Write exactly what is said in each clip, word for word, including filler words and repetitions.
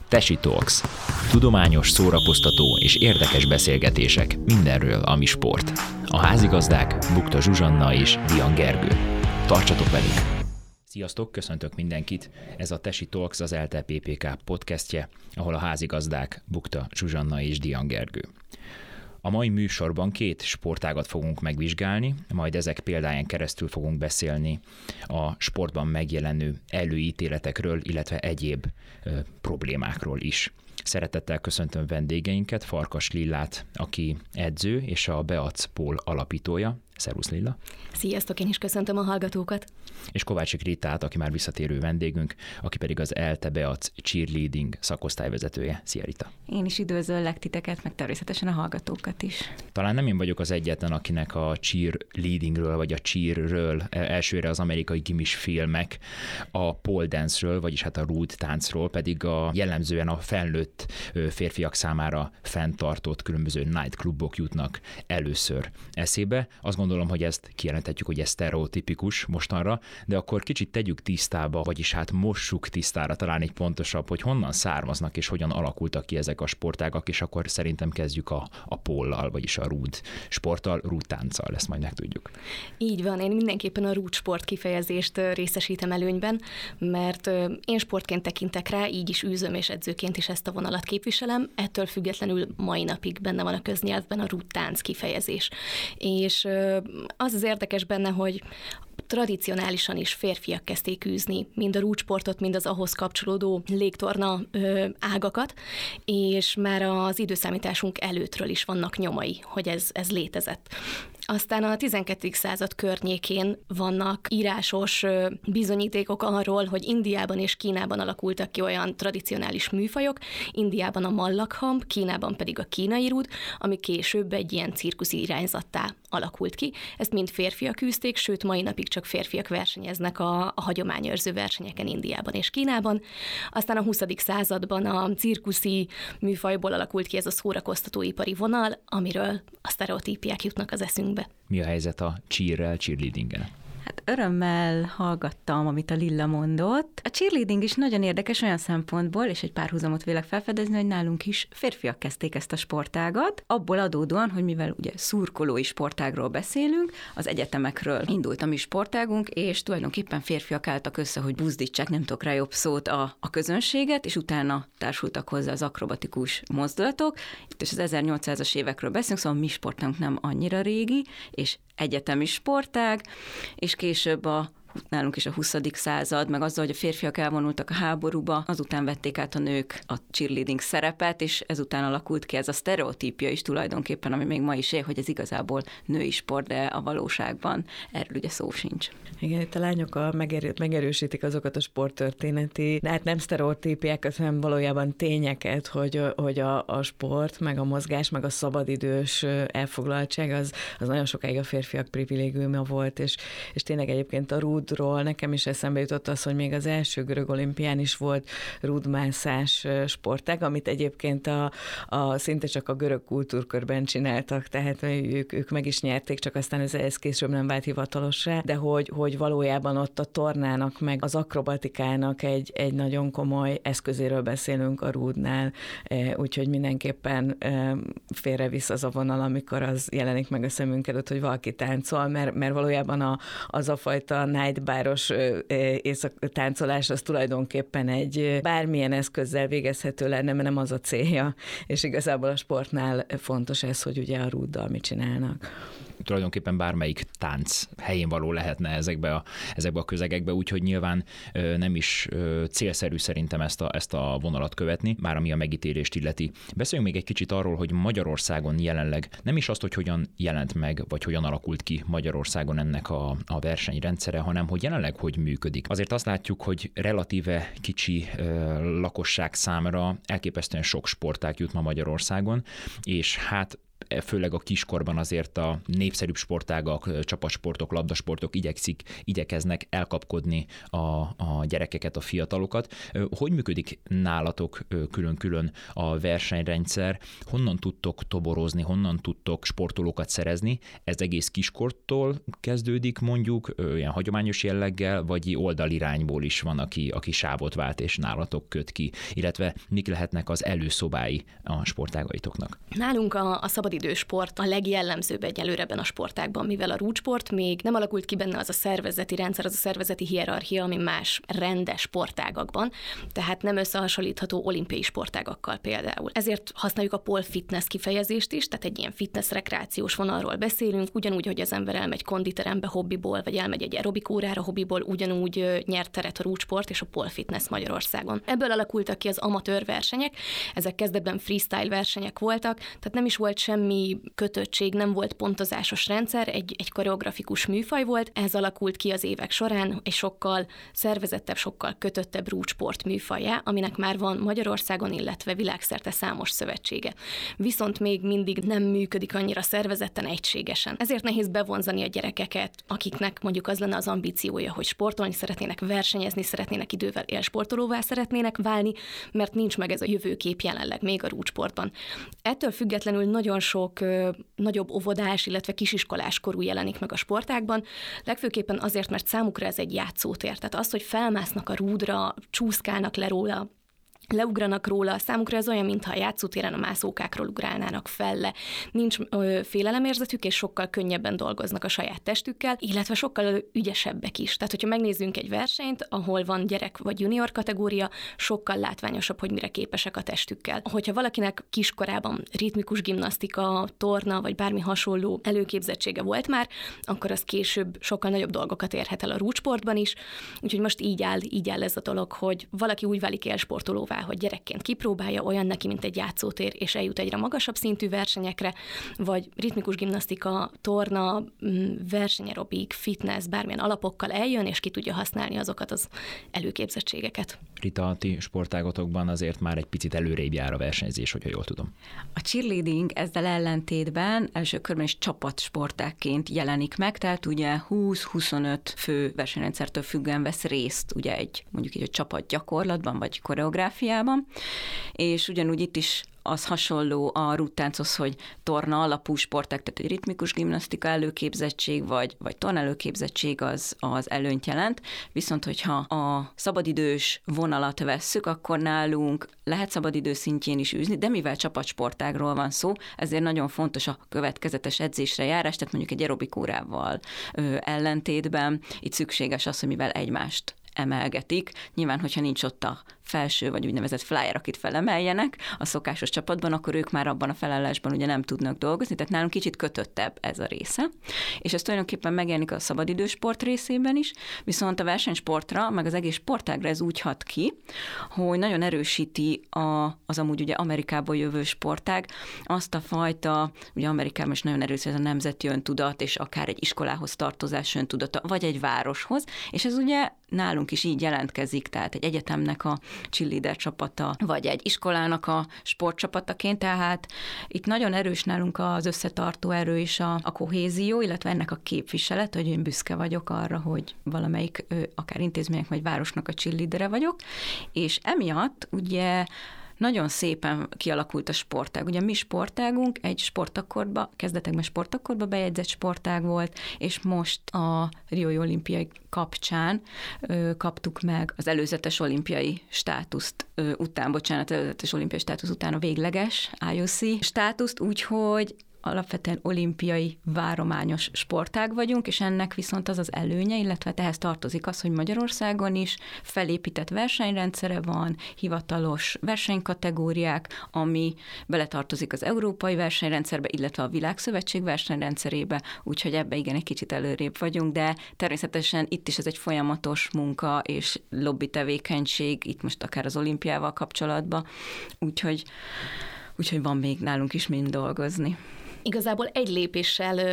Tesi Talks. Tudományos, szórakoztató és érdekes beszélgetések mindenről, ami sport. A házigazdák Bukta Zsuzsanna és Dian Gergő. Tartsatok velünk! Sziasztok, köszöntök mindenkit! Ez a Tesi Talks, az ELTE pé pé ká podcastje, ahol a házigazdák Bukta Zsuzsanna és Dian Gergő. A mai műsorban két sportágat fogunk megvizsgálni, majd ezek példáján keresztül fogunk beszélni a sportban megjelenő előítéletekről, illetve egyéb ö, problémákról is. Szeretettel köszöntöm vendégeinket, Farkas Lillát, aki edző és a Beacpol alapítója. Szervusz Lilla! Sziasztok, én is köszöntöm a hallgatókat! És Kovácsik Ritát, aki már visszatérő vendégünk, aki pedig az ELTE Beac cheerleading szakosztályvezetője. Szia Rita! Én is üdvözöllek titeket, meg természetesen a hallgatókat is. Talán nem én vagyok az egyetlen, akinek a cheerleadingről, vagy a cheerről elsőre az amerikai gimis filmek, a pole dance-ről, vagyis hát a rúd táncról, pedig a jellemzően a felnőtt férfiak számára fenntartott különböző nightclubok jutnak először eszébe. Azt gondolom, hogy ezt kijelenthetjük, hogy ez sztereotipikus mostanra, de akkor kicsit tegyük tisztába, vagyis hát mossuk tisztára, talán így pontosabb, hogy honnan származnak és hogyan alakultak ki ezek a sportágak, és akkor szerintem kezdjük a, a póllal, vagyis a rúd sporttal, rúdtánccal, ezt majd megtudjuk. Így van, én mindenképpen a rúdsport kifejezést részesítem előnyben, mert én sportként tekintek rá, így is űzöm és edzőként is ezt a vonalat képviselem, ettől függetlenül mai napig benne van a köznyelvben a rúdtánc kifejezés. És az az érdekes benne, hogy tradicionálisan is férfiak kezdték űzni mind a rúdsportot, mind az ahhoz kapcsolódó légtorna ö, ágakat, és már az időszámításunk előttről is vannak nyomai, hogy ez, ez létezett. Aztán a tizenkettedik század környékén vannak írásos bizonyítékok arról, hogy Indiában és Kínában alakultak ki olyan tradicionális műfajok, Indiában a mallakham, Kínában pedig a kínai rúd, ami később egy ilyen cirkuszi irányzattá alakult ki. Ezt mind férfiak űzték, sőt mai napig csak férfiak versenyeznek a, a hagyományőrző versenyeken Indiában és Kínában. Aztán a huszadik században a cirkuszi műfajból alakult ki ez a szórakoztatóipari vonal, amiről a sztereotípiák jutnak az eszünkbe. Mi a helyzet a cheerrel, cheerleadingen? Hát örömmel hallgattam, amit a Lilla mondott. A cheerleading is nagyon érdekes olyan szempontból, és egy párhuzamot vélek felfedezni, hogy nálunk is férfiak kezdték ezt a sportágat, abból adódóan, hogy mivel ugye szurkolói sportágról beszélünk, az egyetemekről indult a mi sportágunk, és tulajdonképpen férfiak álltak össze, hogy buzdítsák, nem tudok rá jobb szót, a, a közönséget, és utána társultak hozzá az akrobatikus mozdulatok. Itt is az ezernyolcszázas évekről beszélünk, szóval mi sportunk nem annyira régi, és egyetemi sportág, és később a nálunk is a huszadik század, meg azzal, hogy a férfiak elvonultak a háborúba, azután vették át a nők a cheerleading szerepet, és ezután alakult ki ez a sztereotípia is tulajdonképpen, ami még ma is él, hogy ez igazából női sport, de a valóságban erről ugye szó sincs. Igen, itt a lányok a megerő, megerősítik azokat a sporttörténeti, de hát nem sztereotípiákat, hanem valójában tényeket, hogy, hogy a, a sport, meg a mozgás, meg a szabadidős elfoglaltság, az, az nagyon sokáig a férfiak privilégiuma volt, és, és tényleg egyébként a rúd rúdról nekem is eszembe jutott az, hogy még az első görög olimpián is volt rúdmászás sportág, amit egyébként a, a, szinte csak a görög kultúrkörben csináltak, tehát ők, ők meg is nyerték, csak aztán ez, ez később nem vált hivatalossá, de hogy, hogy valójában ott a tornának, meg az akrobatikának egy, egy nagyon komoly eszközéről beszélünk a rúdnál, úgyhogy mindenképpen félrevisz az a vonal, amikor az jelenik meg a szemünk előtt, hogy valaki táncol, mert, mert valójában a, az a fajta nightbáros éjszaktáncolás az tulajdonképpen egy bármilyen eszközzel végezhető lenne, mert nem az a célja, és igazából a sportnál fontos ez, hogy ugye a rúddal mit csinálnak. Tulajdonképpen bármelyik tánc helyén való lehetne ezekbe a, ezekbe a közegekbe, úgyhogy nyilván ö, nem is ö, célszerű szerintem ezt a, ezt a vonalat követni, már ami a megítélést illeti. Beszéljünk még egy kicsit arról, hogy Magyarországon jelenleg nem is azt, hogy hogyan jelent meg, vagy hogyan alakult ki Magyarországon ennek a, a versenyrendszere, hanem hogy jelenleg hogy működik. Azért azt látjuk, hogy relatíve kicsi ö, lakosság számára elképesztően sok sportág jut ma Magyarországon, és hát főleg a kiskorban azért a népszerűbb sportágak, csapatsportok, labdasportok igyekszik, igyekeznek elkapkodni a, a gyerekeket, a fiatalokat. Hogy működik nálatok külön-külön a versenyrendszer? Honnan tudtok toborozni, honnan tudtok sportolókat szerezni? Ez egész kiskortól kezdődik mondjuk, ilyen hagyományos jelleggel, vagy oldalirányból is van, aki, aki sávot vált és nálatok köt ki, illetve mik lehetnek az előszobái a sportágaitoknak? Nálunk a, a szabadidősport a legjellemzőbb egyelőre ebben a sportágban, mivel a rúdsport még nem alakult ki benne az a szervezeti rendszer, az a szervezeti hierarchia, ami más rendes sportágakban, tehát nem összehasonlítható olimpiai sportágakkal például. Ezért használjuk a pole fitness kifejezést is, tehát egy ilyen fitness rekreációs vonalról beszélünk, ugyanúgy, hogy az ember elmegy konditerembe hobbiból, vagy elmegy egy aerobik órára hobbiból, ugyanúgy nyert teret a rúdsport és a pole fitness Magyarországon. Ebből alakultak ki az amatőr versenyek, ezek kezdetben freestyle versenyek voltak, tehát nem is volt semmi kötöttség, nem volt pontozásos rendszer, egy, egy koreografikus műfaj volt, ez alakult ki az évek során egy sokkal szervezettebb, sokkal kötöttebb rúdsport műfajá, aminek már van Magyarországon, illetve világszerte számos szövetsége. Viszont még mindig nem működik annyira szervezetten, egységesen. Ezért nehéz bevonzani a gyerekeket, akiknek mondjuk az lenne az ambíciója, hogy sportolni szeretnének, versenyezni szeretnének, idővel élsportolóvá szeretnének válni, mert nincs meg ez a jövőkép jelenleg még a rúdsportban. Ettől függetlenül nagyon sok ö, nagyobb óvodás, illetve kisiskolás korú jelenik meg a sportágban, legfőképpen azért, mert számukra ez egy játszótér. Tehát az, hogy felmásznak a rúdra, csúszkálnak le róla, leugranak róla, számukra ez olyan, mintha a játszótéren a mászókákról ugrálnának felle. Nincs ö, félelemérzetük, és sokkal könnyebben dolgoznak a saját testükkel, illetve sokkal ügyesebbek is. Tehát, hogyha megnézzünk egy versenyt, ahol van gyerek vagy junior kategória, sokkal látványosabb, hogy mire képesek a testükkel. Hogyha valakinek kiskorában ritmikus gimnasztika, torna, vagy bármi hasonló előképzettsége volt már, akkor az később sokkal nagyobb dolgokat érhet el a rúdsportban is. Úgyhogy most így áll, így áll ez a dolog, hogy valaki úgy válik élsportolóvá, hogy gyerekként kipróbálja, olyan neki, mint egy játszótér, és eljut egyre magasabb szintű versenyekre, vagy ritmikus gimnasztika, torna, versenyerobik, fitness, bármilyen alapokkal eljön, és ki tudja használni azokat az előképzettségeket. Rita, a ti sportágotokban azért már egy picit előrébb jár a versenyzés, hogyha jól tudom. A cheerleading ezzel ellentétben első körben is csapatsportákként jelenik meg, tehát ugye húsz-huszonöt fő versenyrendszertől függően vesz részt ugye egy mondjuk egy csapat gyakorlatban, vagy koreográfiában, és ugyanúgy itt is az hasonló a rúdtánchoz, hogy torna alapú sporták, tehát egy ritmikus gimnasztika előképzettség, vagy, vagy torna előképzettség az, az előnyt jelent, viszont hogyha a szabadidős vonalat vesszük, akkor nálunk lehet szabadidő szintjén is űzni, de mivel csapatsportágról van szó, ezért nagyon fontos a következetes edzésre járás, tehát mondjuk egy aerobik órával ö, ellentétben itt szükséges az, hogy mivel egymást emelgetik. Nyilván, hogyha nincs ott a felső, vagy úgynevezett flyer, akit felemeljenek a szokásos csapatban, akkor ők már abban a felállásban ugye nem tudnak dolgozni, tehát nálunk kicsit kötöttebb ez a része. És ez tulajdonképpen megjelenik a szabadidősport részében is, viszont a versenysportra, meg az egész sportágra ez úgy hat ki, hogy nagyon erősíti a, az amúgy ugye Amerikából jövő sportág azt a fajta, ugye Amerikában is nagyon erős ez a nemzeti öntudat, és akár egy iskolához tartozás öntudata, vagy egy városhoz, és ez ugye nálunk is így jelentkezik, tehát egy egyetemnek a cheerleader csapata, vagy egy iskolának a sportcsapataként, tehát itt nagyon erős nálunk az összetartó erő és a, a kohézió, illetve ennek a képviselet, hogy én büszke vagyok arra, hogy valamelyik akár intézmények vagy városnak a cheerleadere vagyok, és emiatt ugye nagyon szépen kialakult a sportág. Ugye mi sportágunk egy sportakkordba, kezdetekben sportakkordba bejegyzett sportág volt, és most a Riói olimpiai kapcsán ö, kaptuk meg az előzetes olimpiai státuszt ö, után, bocsánat, előzetes olimpiai státusz után a végleges I O C státuszt, úgyhogy alapvetően olimpiai várományos sportág vagyunk, és ennek viszont az az előnye, illetve ehhez tartozik az, hogy Magyarországon is felépített versenyrendszere van, hivatalos versenykategóriák, ami beletartozik az európai versenyrendszerbe, illetve a Világszövetség versenyrendszerébe, úgyhogy ebbe igen egy kicsit előrébb vagyunk, de természetesen itt is ez egy folyamatos munka és lobby tevékenység, itt most akár az olimpiával kapcsolatban, úgyhogy, úgyhogy van még nálunk is mind dolgozni. Igazából egy lépéssel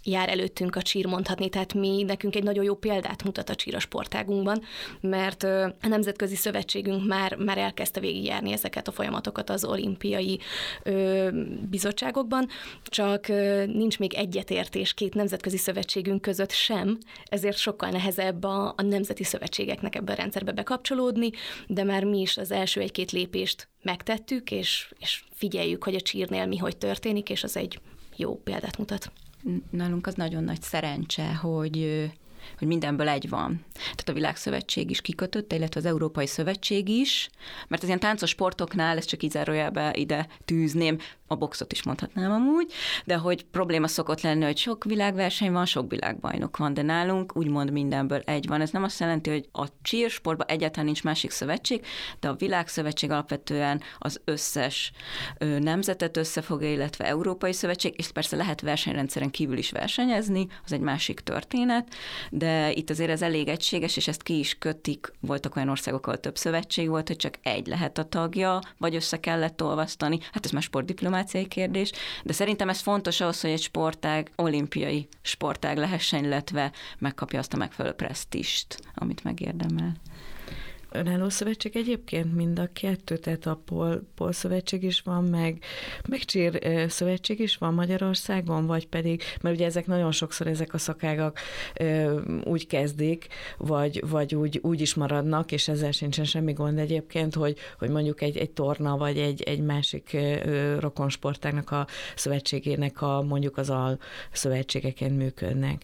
jár előttünk a csír, mondhatni, tehát mi, nekünk egy nagyon jó példát mutat a csír a sportágunkban, mert a Nemzetközi Szövetségünk már, már elkezdte végigjárni ezeket a folyamatokat az olimpiai ö, bizottságokban, csak ö, nincs még egyetértés két nemzetközi szövetségünk között sem, ezért sokkal nehezebb a, a nemzeti szövetségeknek ebben a rendszerbe bekapcsolódni, de már mi is az első egy-két lépést megtettük, és, és figyeljük, hogy a csírnél mi hogy történik, és az egy jó példát mutat. Nálunk az nagyon nagy szerencse, hogy hogy mindenből egy van. Tehát a Világszövetség is kikötötte, illetve az Európai Szövetség is, mert az ilyen táncos sportoknál, ezt csak így zárójelbe ide tűzném, a boxot is mondhatnám amúgy, de hogy probléma szokott lenni, hogy sok világverseny van, sok világbajnok van, de nálunk úgymond mindenből egy van. Ez nem azt jelenti, hogy a cheersportban egyáltalán nincs másik szövetség, de a Világszövetség alapvetően az összes ö, nemzetet összefogja, illetve Európai Szövetség, és persze lehet versenyrendszeren kívül is versenyezni, az egy másik történet, de itt azért ez elég egységes, és ezt ki is kötik. Voltak olyan országok, ahol több szövetség volt, hogy csak egy lehet a tagja, vagy össze kellett olvasztani. Hát ez már sportdiplomáciai kérdés, de szerintem ez fontos ahhoz, hogy egy sportág olimpiai sportág lehessen, illetve megkapja azt a megfelelő presztist, amit megérdemel. Önálló szövetség egyébként mind a kettő, tehát a pol, pol szövetség is van, meg, meg csír szövetség is van Magyarországon, vagy pedig, mert ugye ezek nagyon sokszor ezek a szakágak úgy kezdik, vagy, vagy úgy, úgy is maradnak, és ezzel sincsen semmi gond egyébként, hogy, hogy mondjuk egy, egy torna, vagy egy, egy másik rokonsportágnak a szövetségének a mondjuk az al szövetségeként működnek.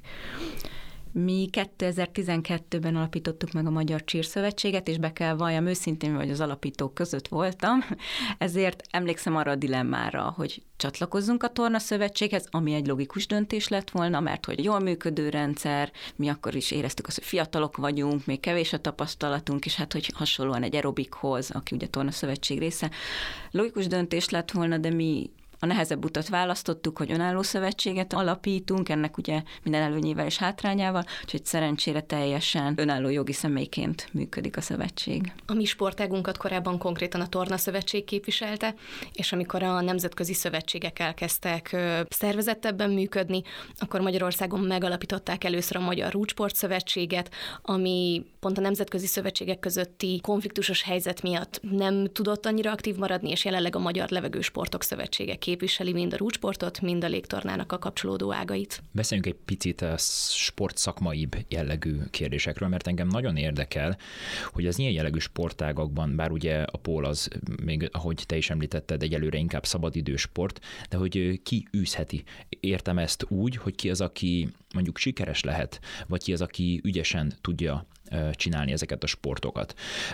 Mi kétezer-tizenkettőben alapítottuk meg a Magyar Cheer Szövetséget, és be kell valljam őszintén, hogy az alapítók között voltam, ezért emlékszem arra a dilemmára, hogy csatlakozzunk a Torna Szövetséghez, ami egy logikus döntés lett volna, mert hogy jól működő rendszer, mi akkor is éreztük azt, hogy fiatalok vagyunk, még kevés a tapasztalatunk, és hát hogy hasonlóan egy aerobikhoz, aki ugye Torna Szövetség része, logikus döntés lett volna, de mi a nehezebb utat választottuk, hogy önálló szövetséget alapítunk, ennek ugye minden előnyével és hátrányával, úgyhogy szerencsére teljesen önálló jogi személyként működik a szövetség. A mi sportágunkat korábban konkrétan a Torna Szövetség képviselte, és amikor a nemzetközi szövetségek elkezdtek szervezettebben működni, akkor Magyarországon megalapították először a Magyar Rúdsport Szövetséget, ami pont a nemzetközi szövetségek közötti konfliktusos helyzet miatt nem tudott annyira aktív maradni, és jelenleg a Magyar Levegősportok Szövetsége képviseli mind a rúdsportot, mind a légtornának a kapcsolódó ágait. Beszéljünk egy picit a sportszakmaibb jellegű kérdésekről, mert engem nagyon érdekel, hogy az ilyen jellegű sportágakban, bár ugye a pól az, még ahogy te is említetted, egyelőre inkább szabadidős sport, de hogy ki űzheti. Értem ezt úgy, hogy ki az, aki mondjuk sikeres lehet, vagy ki az, aki ügyesen tudja csinálni ezeket a sportokat.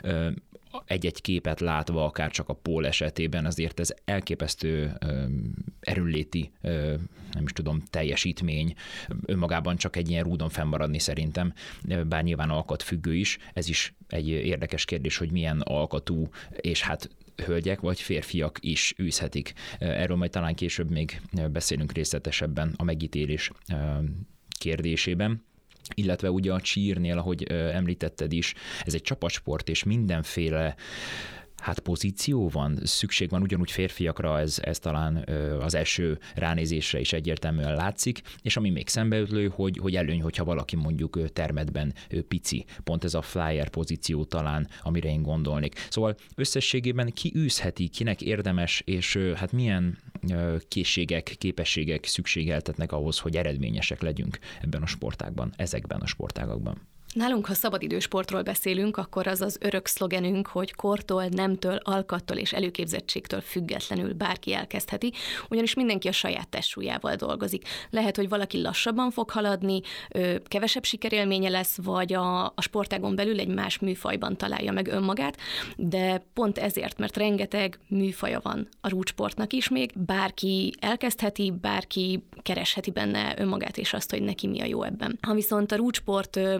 Egy-egy képet látva, akár csak a pól esetében, azért ez elképesztő erőnléti, nem is tudom, teljesítmény, önmagában csak egy ilyen rúdon fennmaradni szerintem, bár nyilván alkatfüggő is, ez is egy érdekes kérdés, hogy milyen alkatú, és hát hölgyek vagy férfiak is űzhetik. Erről majd talán később még beszélünk részletesebben a megítélés kérdésében. Illetve ugye a cheernél, ahogy említetted is, ez egy csapatsport, és mindenféle hát pozíció van, szükség van ugyanúgy férfiakra, ez, ez talán az első ránézésre is egyértelműen látszik, és ami még szembeütlő, hogy, hogy előny, hogyha valaki mondjuk termetben pici, pont ez a flyer pozíció talán, amire én gondolnék. Szóval összességében ki űzheti, kinek érdemes, és hát milyen készségek, képességek szükségeltetnek ahhoz, hogy eredményesek legyünk ebben a sportágban, ezekben a sportágakban. Nálunk, ha szabadidősportról beszélünk, akkor az az örök szlogenünk, hogy kortól, nemtől, alkattól és előképzettségtől függetlenül bárki elkezdheti, ugyanis mindenki a saját testsúlyával dolgozik. Lehet, hogy valaki lassabban fog haladni, kevesebb sikerélménye lesz, vagy a, a sportágon belül egy más műfajban találja meg önmagát, de pont ezért, mert rengeteg műfaja van a rúdsportnak is még, bárki elkezdheti, bárki keresheti benne önmagát és azt, hogy neki mi a jó ebben. Ha viszont a rúdsport magas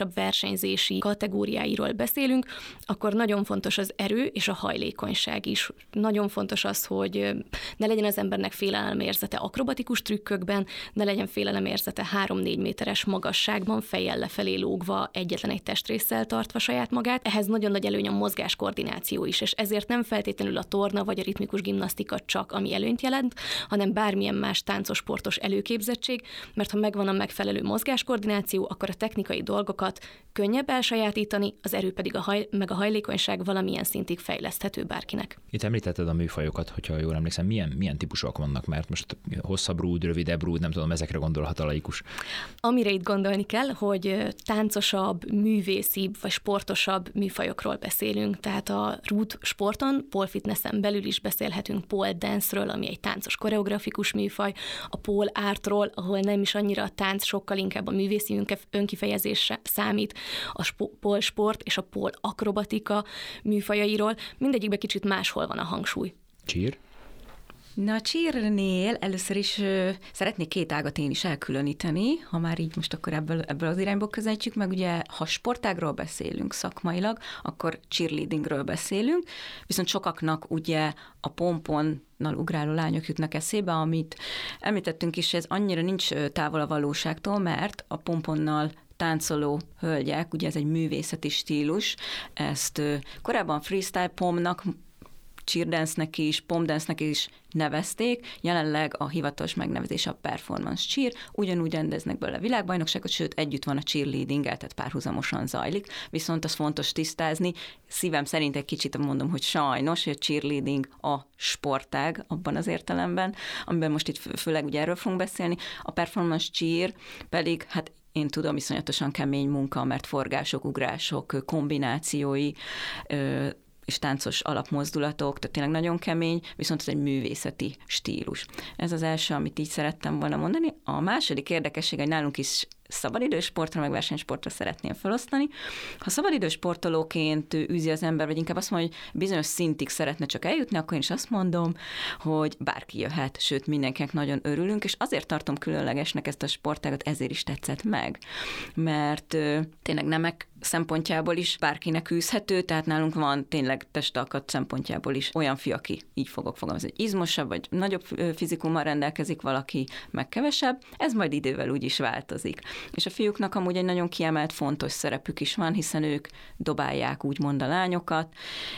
legmagasabb versenyzési kategóriáiról beszélünk, akkor nagyon fontos az erő és a hajlékonyság is. Nagyon fontos az, hogy ne legyen az embernek félelemérzete akrobatikus trükkökben, ne legyen félelemérzete három-négy méteres magasságban, fejjel lefelé lógva, egyetlen egy testrésszel tartva saját magát. Ehhez nagyon nagy előny a mozgáskoordináció is, és ezért nem feltétlenül a torna vagy a ritmikus gimnasztika csak, ami előnyt jelent, hanem bármilyen más táncosportos előképzettség, mert ha megvan a megfelelő mozgáskoordináció, akkor a technikai dolgokat könnyebb elsajátítani, az erő pedig a haj, meg a hajlékonyság valamilyen szintig fejleszthető bárkinek. Itt említetted a műfajokat, hogyha jól emlékszem, milyen, milyen típusok vannak, mert most hosszabb rúd, rövidebb rúd, nem tudom, ezekre gondolhat a laikus. Amire itt gondolni kell, hogy táncosabb, művészibb vagy sportosabb műfajokról beszélünk, tehát a rúd sporton, pole fitnessen belül is beszélhetünk pole dance-ről, ami egy táncos koreografikus műfaj, a pole artról, ahol nem is annyira a tánc, sokkal inkább a művészi önkifejezésre számít, a pole sport és a pole akrobatika műfajairól, mindegyikben kicsit máshol van a hangsúly. Cheer? Na, a cheernél először is ö, szeretnék két ágat én is elkülöníteni, ha már így most akkor ebből, ebből az irányból közelítjük meg, ugye ha sportágról beszélünk szakmailag, akkor cheerleadingről beszélünk, viszont sokaknak ugye a pomponnal ugráló lányok jutnak eszébe, amit említettünk is, ez annyira nincs távol a valóságtól, mert a pomponnal táncoló hölgyek, ugye ez egy művészeti stílus, ezt ö, korábban freestyle pomnak, cheerdance-nek is, pomdance-nek is nevezték, jelenleg a hivatalos megnevezés a performance cheer, ugyanúgy rendeznek belőle világbajnokságot, sőt együtt van a cheerleading-el, tehát párhuzamosan zajlik, viszont az fontos tisztázni, szívem szerint egy kicsit mondom, hogy sajnos, hogy a cheerleading a sportág abban az értelemben, amiben most itt főleg ugye erről fogunk beszélni, a performance cheer pedig, hát én tudom, iszonyatosan kemény munka, mert forgások, ugrások, kombinációi, és táncos alapmozdulatok, tehát tényleg nagyon kemény, viszont ez egy művészeti stílus. Ez az első, amit így szerettem volna mondani. A második érdekesség, hogy nálunk is szabadidős sportra, meg versenysportra szeretném felosztani. Ha szabadidős sportolóként űzi az ember, vagy inkább azt mondja, hogy bizonyos szintig szeretne csak eljutni, akkor én is azt mondom, hogy bárki jöhet, sőt mindenkinek nagyon örülünk, és azért tartom különlegesnek ezt a sportágat, ezért is tetszett meg, mert ö, tényleg nemek szempontjából is bárkinek űzhető, tehát nálunk van tényleg testalkat szempontjából is olyan fi, aki így fogok fogalmazni, hogy izmosabb, vagy nagyobb fizikummal rendelkezik, valaki meg kevesebb, ez majd idővel úgy is változik. És a fiúknak amúgy egy nagyon kiemelt fontos szerepük is van, hiszen ők dobálják úgymond a lányokat,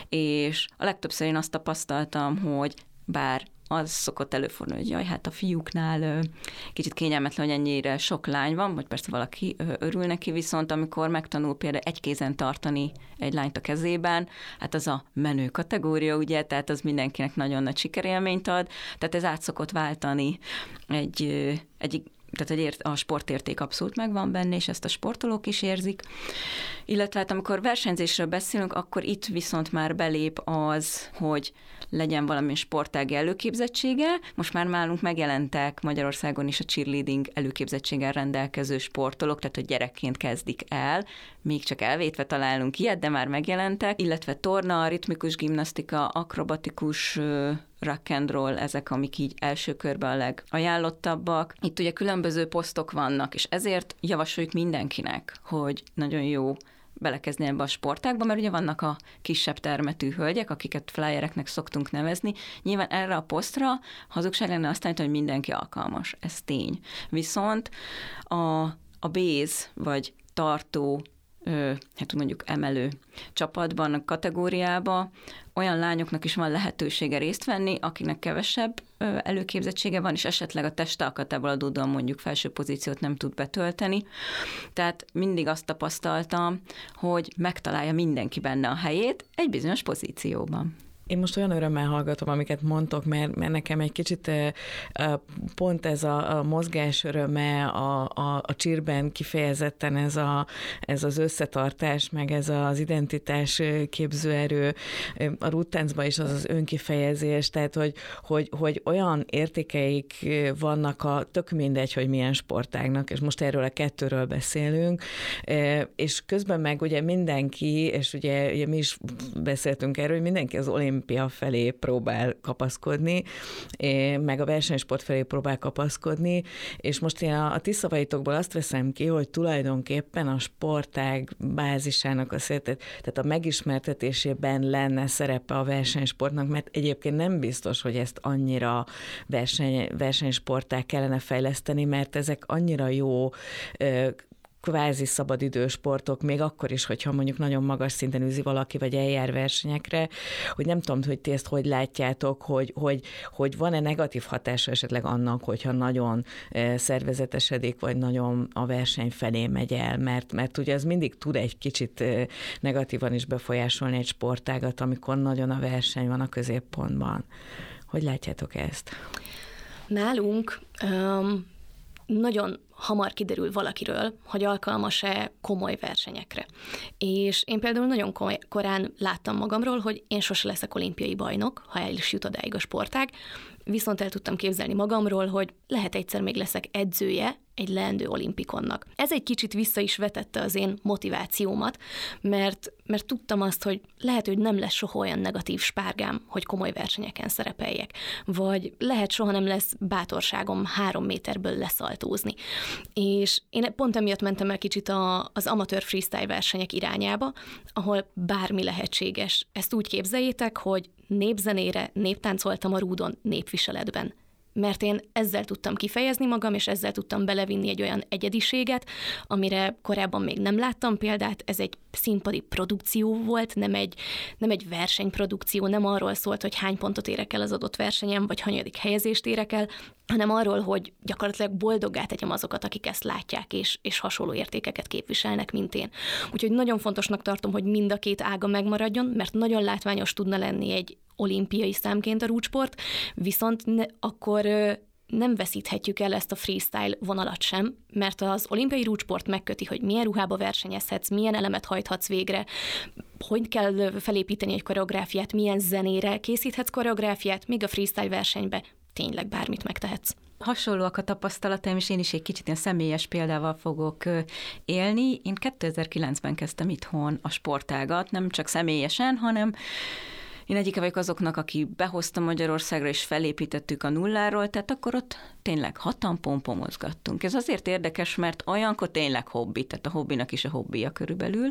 és a legtöbbször én azt tapasztaltam, hogy bár az szokott előfordulni, hogy jaj, hát a fiúknál kicsit kényelmetlen, hogy ennyire sok lány van, vagy persze valaki örül neki, viszont amikor megtanul például egy kézen tartani egy lányt a kezében, hát az a menő kategória, ugye, tehát az mindenkinek nagyon nagy sikerélményt ad, tehát ez át szokott váltani egy, egy tehát a sportérték abszolút megvan benne, és ezt a sportolók is érzik. Illetve hát amikor versenyzésről beszélünk, akkor itt viszont már belép az, hogy legyen valami sportági előképzettsége. Most már nálunk megjelentek Magyarországon is a cheerleading előképzettséggel rendelkező sportolók, tehát hogy gyerekként kezdik el, még csak elvétve találunk ilyet, de már megjelentek, illetve torna, ritmikus gimnasztika, akrobatikus rock and roll, ezek, amik így első körben a legajánlottabbak. Itt ugye különböző posztok vannak, és ezért javasoljuk mindenkinek, hogy nagyon jó belekezdeni ebbe a sportágba, mert ugye vannak a kisebb termetű hölgyek, akiket flyereknek szoktunk nevezni. Nyilván erre a posztra hazugság lenne azt állítani, hogy mindenki alkalmas. Ez tény. Viszont a, a base, vagy tartó, hát mondjuk emelő csapatban, a kategóriába olyan lányoknak is van lehetősége részt venni, akinek kevesebb előképzettsége van, és esetleg a testalkatából adódóan mondjuk felső pozíciót nem tud betölteni. Tehát mindig azt tapasztaltam, hogy megtalálja mindenki benne a helyét egy bizonyos pozícióban. Én most olyan örömmel hallgatom, amiket mondtok, mert, mert nekem egy kicsit pont ez a, a mozgás öröme, a, a, a cheerben kifejezetten ez, a, ez az összetartás, meg ez az identitás képzőerő, a rúdtáncban is az az önkifejezés, tehát hogy, hogy, hogy olyan értékeik vannak, a tök mindegy, hogy milyen sportágnak, és most erről a kettőről beszélünk, és közben meg ugye mindenki, és ugye, ugye mi is beszéltünk erről, hogy mindenki az olimpia olimpia felé próbál kapaszkodni, meg a versenysport felé próbál kapaszkodni, és most én a, a ti szavaitokból azt veszem ki, hogy tulajdonképpen a sportág bázisának a szét, tehát a megismertetésében lenne szerepe a versenysportnak, mert egyébként nem biztos, hogy ezt annyira verseny, versenysportá kellene fejleszteni, mert ezek annyira jó kvázi szabadidős sportok, még akkor is, hogyha mondjuk nagyon magas szinten űzi valaki, vagy eljár versenyekre, hogy nem tudom, hogy ti ezt hogy látjátok, hogy, hogy, hogy van-e negatív hatása esetleg annak, hogyha nagyon szervezetesedik, vagy nagyon a verseny felé megy el, mert, mert ugye az mindig tud egy kicsit negatívan is befolyásolni egy sportágat, amikor nagyon a verseny van a középpontban. Hogy látjátok ezt? Nálunk um, nagyon hamar kiderül valakiről, hogy alkalmas-e komoly versenyekre. És én például nagyon komoly, korán láttam magamról, hogy én sose leszek olimpiai bajnok, ha el is jut odáig a sportág, viszont el tudtam képzelni magamról, hogy lehet egyszer még leszek edzője egy leendő olimpikonnak. Ez egy kicsit vissza is vetette az én motivációmat, mert, mert tudtam azt, hogy lehet, hogy nem lesz soha olyan negatív spárgám, hogy komoly versenyeken szerepeljek, vagy lehet soha nem lesz bátorságom három méterből leszaltózni. És én pont emiatt mentem el kicsit a, az amatőr freestyle versenyek irányába, ahol bármi lehetséges. Ezt úgy képzeljétek, hogy népzenére néptáncoltam a rúdon népviseletben. Mert én ezzel tudtam kifejezni magam, és ezzel tudtam belevinni egy olyan egyediséget, amire korábban még nem láttam példát. Ez egy színpadi produkció volt, nem egy, nem egy versenyprodukció, nem arról szólt, hogy hány pontot érek el az adott versenyen, vagy hanyadik helyezést érek el, hanem arról, hogy gyakorlatilag boldoggá tegyem azokat, akik ezt látják, és, és hasonló értékeket képviselnek, mint én. Úgyhogy nagyon fontosnak tartom, hogy mind a két ága megmaradjon, mert nagyon látványos tudna lenni egy olimpiai számként a rúdsport, viszont ne, akkor ö, nem veszíthetjük el ezt a freestyle vonalat sem, mert az olimpiai rúdsport megköti, hogy milyen ruhába versenyezhetsz, milyen elemet hajthatsz végre, hogy kell felépíteni egy koreográfiát, milyen zenére készíthetsz koreográfiát, míg a freestyle versenybe tényleg bármit megtehetsz. Hasonlóak a tapasztalataim, és én is egy kicsit ilyen személyes példával fogok élni. Én kétezer-kilencben kezdtem itthon a sportágat, nem csak személyesen, hanem én egyike vagyok azoknak, aki behozta Magyarországra, és felépítettük a nulláról, tehát akkor ott tényleg hatan pompomozgattunk. Ez azért érdekes, mert olyankor tényleg hobbi, tehát a hobbinak is a hobbija körülbelül.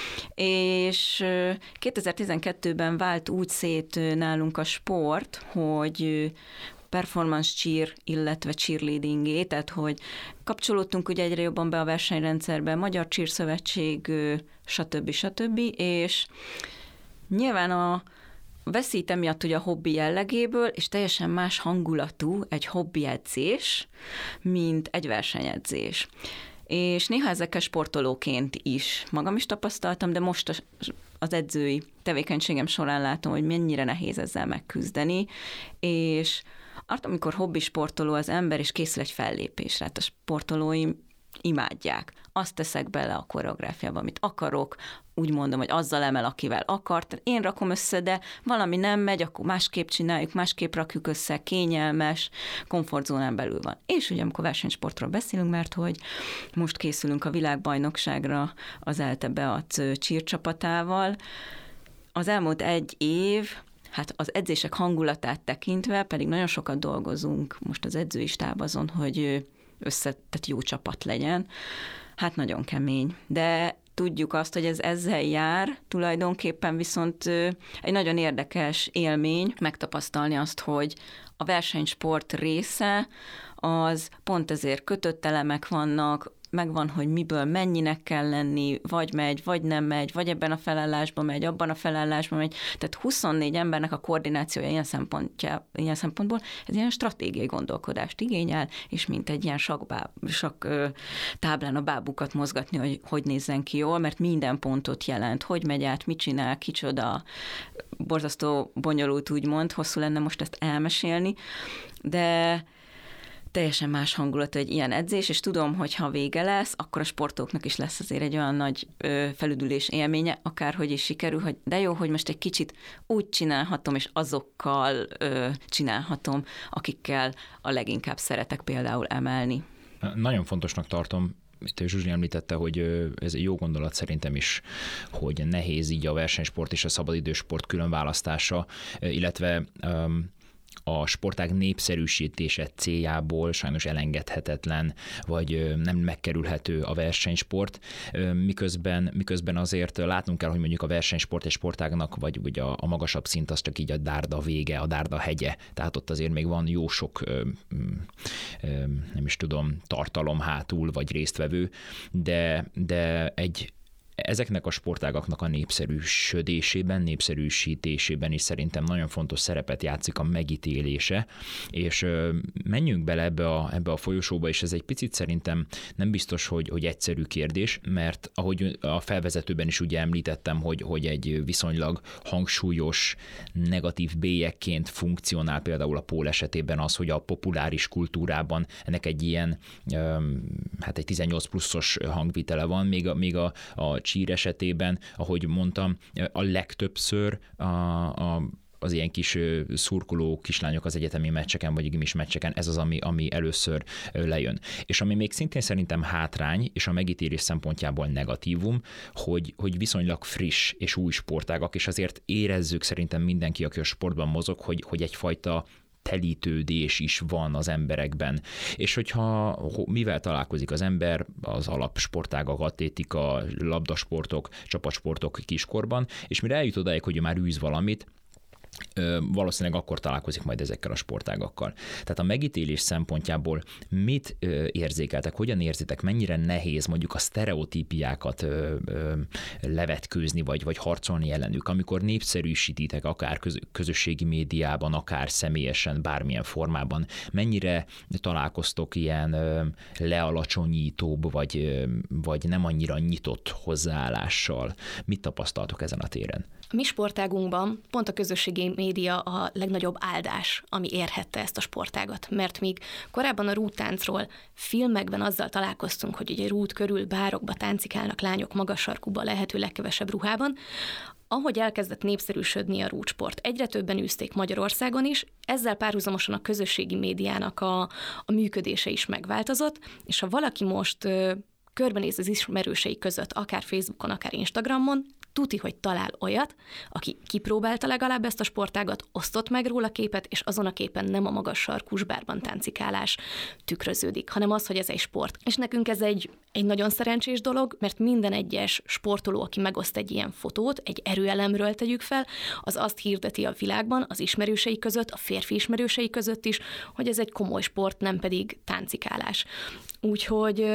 És kétezer-tizenkettőben vált úgy szét nálunk a sport, hogy performance cheer, illetve cheerleadingé, tehát hogy kapcsolódtunk ugye egyre jobban be a versenyrendszerbe, Magyar Cheer Szövetség, stb. stb. És nyilván a veszít emiatt ugye a hobbi jellegéből, és teljesen más hangulatú egy hobbi edzés, mint egy versenyedzés. És néha ezekkel sportolóként is magam is tapasztaltam, de most az edzői tevékenységem során látom, hogy mennyire nehéz ezzel megküzdeni, és amikor hobbi sportoló az ember, és készül egy fellépésre, hát a sportolóim imádják. Azt teszek bele a koreográfiába, amit akarok, úgy mondom, hogy azzal emel, akivel akart. Én rakom össze, de valami nem megy, akkor másképp csináljuk, másképp rakjuk össze, kényelmes, komfortzónán belül van. És ugye, amikor versenysportról beszélünk, mert hogy most készülünk a világbajnokságra az ELTE Beat cheer csapatával, az elmúlt egy év, hát az edzések hangulatát tekintve, pedig nagyon sokat dolgozunk most az edzői stáb azon, hogy összetett jó csapat legyen. Hát nagyon kemény. De tudjuk azt, hogy ez ezzel jár, tulajdonképpen viszont egy nagyon érdekes élmény megtapasztalni azt, hogy a versenysport része az pont ezért kötött elemek vannak, megvan, hogy miből mennyinek kell lenni, vagy megy, vagy nem megy, vagy ebben a felállásban megy, abban a felállásban megy. Tehát huszonnégy embernek a koordinációja ilyen, szempontja, ilyen szempontból, ez ilyen stratégiai gondolkodást igényel, és mint egy ilyen sakbáb, sak táblán a bábukat mozgatni, hogy hogy nézzen ki jól, mert minden pontot jelent, hogy megy át, mit csinál, kicsoda, borzasztó bonyolult úgymond, hosszú lenne most ezt elmesélni, de teljesen más hangulat egy ilyen edzés, és tudom, hogy ha vége lesz, akkor a sportolóknak is lesz azért egy olyan nagy ö, felüdülés élménye, akárhogy is sikerül, hogy de jó, hogy most egy kicsit úgy csinálhatom, és azokkal ö, csinálhatom, akikkel a leginkább szeretek például emelni. Nagyon fontosnak tartom Zsuzsi említette, hogy ez egy jó gondolat szerintem is, hogy nehéz így a versenysport és a szabadidősport különválasztása, illetve a sportág népszerűsítése céljából sajnos elengedhetetlen, vagy nem megkerülhető a versenysport, miközben, miközben azért látnunk kell, hogy mondjuk a versenysport és sportágnak, vagy, vagy a, a magasabb szint az csak így a dárda vége, a dárda hegye, tehát ott azért még van jó sok, nem is tudom, tartalom hátul, vagy résztvevő, de, de egy ezeknek a sportágaknak a népszerűsödésében, népszerűsítésében is szerintem nagyon fontos szerepet játszik a megítélése, és menjünk bele ebbe a, ebbe a folyosóba, és ez egy picit szerintem nem biztos, hogy, hogy egyszerű kérdés, mert ahogy a felvezetőben is ugye említettem, hogy, hogy egy viszonylag hangsúlyos negatív bélyegként funkcionál például a pól esetében az, hogy a populáris kultúrában ennek egy ilyen, hát egy tizennyolc pluszos hangvitele van, még a, még a, a csír esetében, ahogy mondtam, a legtöbbször a, a az ilyen kis szurkoló kislányok az egyetemi meccseken, vagy gimis meccseken, ez az, ami, ami először lejön. És ami még szintén szerintem hátrány, és a megítélés szempontjából negatívum, hogy, hogy viszonylag friss és új sportágak, és azért érezzük szerintem mindenki, aki a sportban mozog, hogy, hogy egyfajta telítődés is van az emberekben. És hogyha mivel találkozik az ember, az alapsportágak, atlétika, labdasportok, csapatsportok kiskorban, és mire eljut odáig, hogy már űz valamit, valószínűleg akkor találkozik majd ezekkel a sportágakkal. Tehát a megítélés szempontjából mit érzékeltek, hogyan érzitek, mennyire nehéz mondjuk a sztereotípiákat levetkőzni, vagy, vagy harcolni ellenük, amikor népszerűsítitek akár közösségi médiában, akár személyesen, bármilyen formában, mennyire találkoztok ilyen lealacsonyítóbb, vagy, vagy nem annyira nyitott hozzáállással? Mit tapasztaltok ezen a téren? A mi sportágunkban pont a közösségi média a legnagyobb áldás, ami érhette ezt a sportágat, mert míg korábban a rúdtáncról filmekben azzal találkoztunk, hogy ugye rúd körül bárokba táncikálnak lányok magas sarkúba, lehető legkevesebb ruhában, ahogy elkezdett népszerűsödni a rúdsport, egyre többen űzték Magyarországon is, ezzel párhuzamosan a közösségi médiának a, a működése is megváltozott, és ha valaki most ö, körbenéz az ismerősei között, akár Facebookon, akár Instagramon, tuti, hogy talál olyat, aki kipróbálta legalább ezt a sportágat, osztott meg róla képet, és azon a képen nem a magas sarkús bárban táncikálás tükröződik, hanem az, hogy ez egy sport. És nekünk ez egy, egy nagyon szerencsés dolog, mert minden egyes sportoló, aki megoszt egy ilyen fotót, egy erőelemről tegyük fel, az azt hirdeti a világban, az ismerősei között, a férfi ismerősei között is, hogy ez egy komoly sport, nem pedig táncikálás. Úgyhogy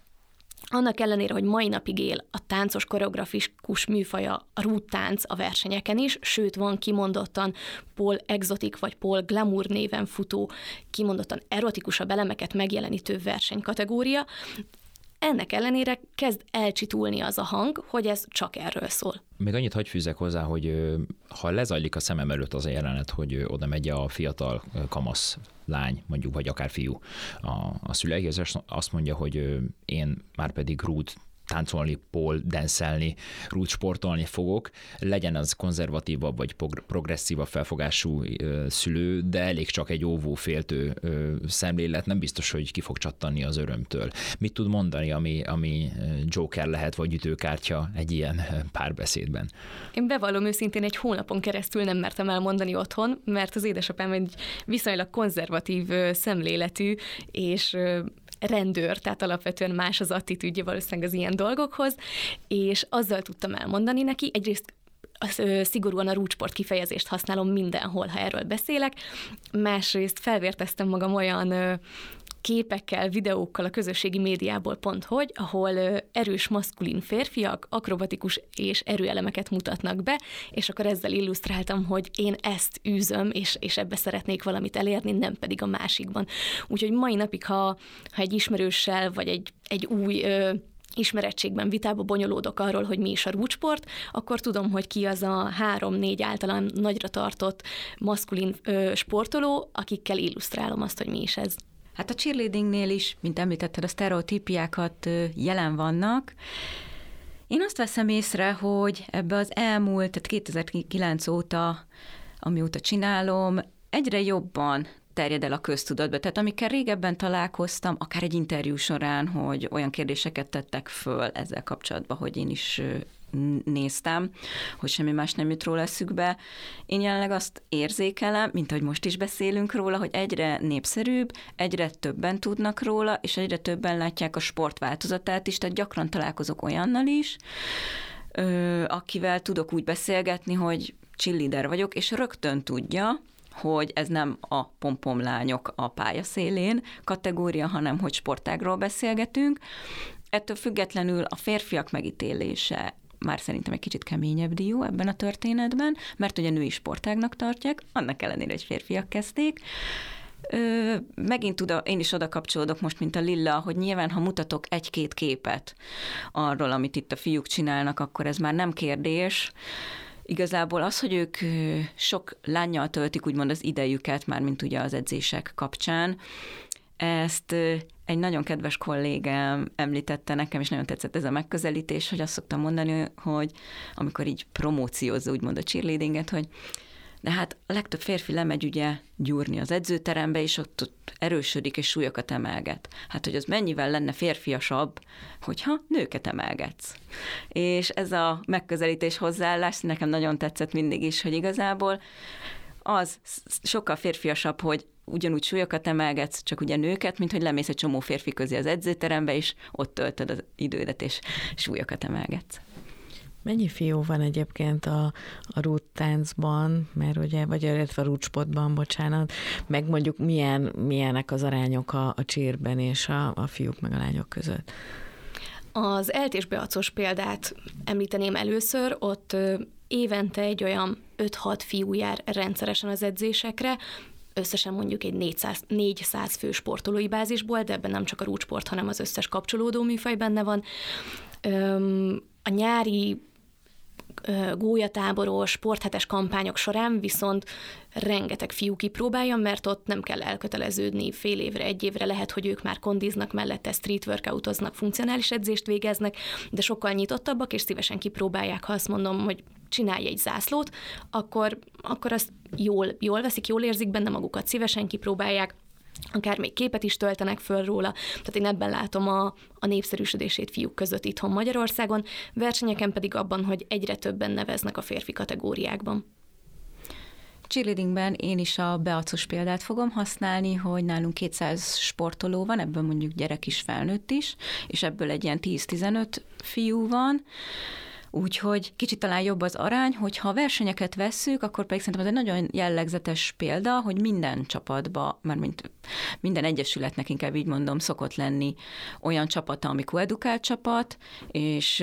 annak ellenére, hogy mai napig él a táncos koreografikus műfaja, a rúdtánc a versenyeken is, sőt van kimondottan pól exotik vagy pól glamour néven futó, kimondottan erotikusabb elemeket megjelenítő versenykategória, ennek ellenére kezd elcsitulni az a hang, hogy ez csak erről szól. Még annyit hagy fűzzek hozzá, hogy ha lezajlik a szemem előtt az a jelenet, hogy oda megy a fiatal kamasz lány, mondjuk, vagy akár fiú a, a szüleihez, azt mondja, hogy én már pedig rúd táncolni, pole dance-elni, rúd sportolni fogok, legyen az konzervatívabb vagy progresszívabb felfogású szülő, de elég csak egy óvó féltő szemlélet, nem biztos, hogy ki fog csattanni az örömtől. Mit tud mondani, ami, ami joker lehet, vagy ütőkártya egy ilyen párbeszédben? Én bevallom őszintén, egy hónapon keresztül nem mertem elmondani otthon, mert az édesapám egy viszonylag konzervatív szemléletű, és rendőr, tehát alapvetően más az attitűdje valószínűleg az ilyen dolgokhoz, és azzal tudtam elmondani neki, egyrészt az, ö, szigorúan a rúdsport kifejezést használom mindenhol, ha erről beszélek, másrészt felvérteztem magam olyan ö, képekkel, videókkal a közösségi médiából pont hogy, ahol ö, erős maszkulin férfiak akrobatikus és erőelemeket mutatnak be, és akkor ezzel illusztráltam, hogy én ezt űzöm, és, és ebbe szeretnék valamit elérni, nem pedig a másikban. Úgyhogy mai napig, ha, ha egy ismerőssel, vagy egy, egy új ö, ismerettségben vitába bonyolódok arról, hogy mi is a rúdsport, akkor tudom, hogy ki az a három-négy általán nagyra tartott maszkulin ö, sportoló, akikkel illusztrálom azt, hogy mi is ez. Hát a cheerleadingnél is, mint említetted, a sztereotípiákat jelen vannak. Én azt veszem észre, hogy ebbe az elmúlt, tehát kétezer-kilenc óta, amióta csinálom, egyre jobban terjed el a köztudatba. Tehát amikkel régebben találkoztam, akár egy interjú során, hogy olyan kérdéseket tettek föl ezzel kapcsolatban, hogy én is néztem, hogy semmi más nem jut róla eszükbe. Én jelenleg azt érzékelem, mint ahogy most is beszélünk róla, hogy egyre népszerűbb, egyre többen tudnak róla, és egyre többen látják a sport változatát is, tehát gyakran találkozok olyannal is, akivel tudok úgy beszélgetni, hogy cheerleader vagyok, és rögtön tudja, hogy ez nem a pompomlányok a pályaszélén kategória, hanem hogy sportágról beszélgetünk. Ettől függetlenül a férfiak megítélése már szerintem egy kicsit keményebb dió ebben a történetben, mert ugye női sportágnak tartják, annak ellenére, hogy férfiak kezdték. Ö, megint oda, én is oda kapcsolódok most, mint a Lilla, hogy nyilván, ha mutatok egy-két képet arról, amit itt a fiúk csinálnak, akkor ez már nem kérdés. Igazából az, hogy ők sok lánnyal töltik úgymond az idejüket, már mint ugye az edzések kapcsán, ezt egy nagyon kedves kollégám említette nekem, és nagyon tetszett ez a megközelítés, hogy azt szoktam mondani, hogy amikor így promóciózza úgymond a cheerleadinget, hogy de hát a legtöbb férfi lemegy ugye gyúrni az edzőterembe, és ott, ott erősödik, és súlyokat emelget. Hát, hogy az mennyivel lenne férfiasabb, hogyha nőket emelgetsz. És ez a megközelítés hozzáállás nekem nagyon tetszett mindig is, hogy igazából az sokkal férfiasabb, hogy ugyanúgy súlyokat emelgetsz, csak ugye nőket, mint hogy lemész egy csomó férfi közé az edzőterembe, és ott töltöd az idődet, és súlyokat emelgetsz. Mennyi fiú van egyébként a, a rúdtáncban, mert ugye, vagy illetve a rúdsportban, bocsánat, meg mondjuk milyen, milyenek az arányok a, a cheerben és a, a fiúk meg a lányok között? Az eltésbeacos példát említeném először, ott évente egy olyan öt-hat fiú jár rendszeresen az edzésekre, összesen mondjuk egy négyszáz, négyszáz fő sportolói bázisból, de ebben nem csak a rúdsport, hanem az összes kapcsolódó műfaj benne van. A nyári gólyatáboros, sporthetes kampányok során viszont rengeteg fiú kipróbálja, mert ott nem kell elköteleződni fél évre, egy évre, lehet, hogy ők már kondiznak, mellette street workoutoznak, funkcionális edzést végeznek, de sokkal nyitottabbak, és szívesen kipróbálják, ha azt mondom, hogy csinálj egy zászlót, akkor, akkor azt jól, jól veszik, jól érzik benne magukat, szívesen kipróbálják, akár még képet is töltenek föl róla. Tehát én ebben látom a, a népszerűsödését fiúk között itthon Magyarországon, versenyeken pedig abban, hogy egyre többen neveznek a férfi kategóriákban. Cheerleadingben én is a beacos példát fogom használni, hogy nálunk kétszáz sportoló van, ebből mondjuk gyerek is, felnőtt is, és ebből egy ilyen tíz-tizenöt fiú van. Úgyhogy kicsit talán jobb az arány, hogyha a versenyeket vesszük, akkor pedig szerintem ez egy nagyon jellegzetes példa, hogy minden csapatba, mármint minden egyesületnek, inkább így mondom, szokott lenni olyan csapata, ami koedukált csapat, és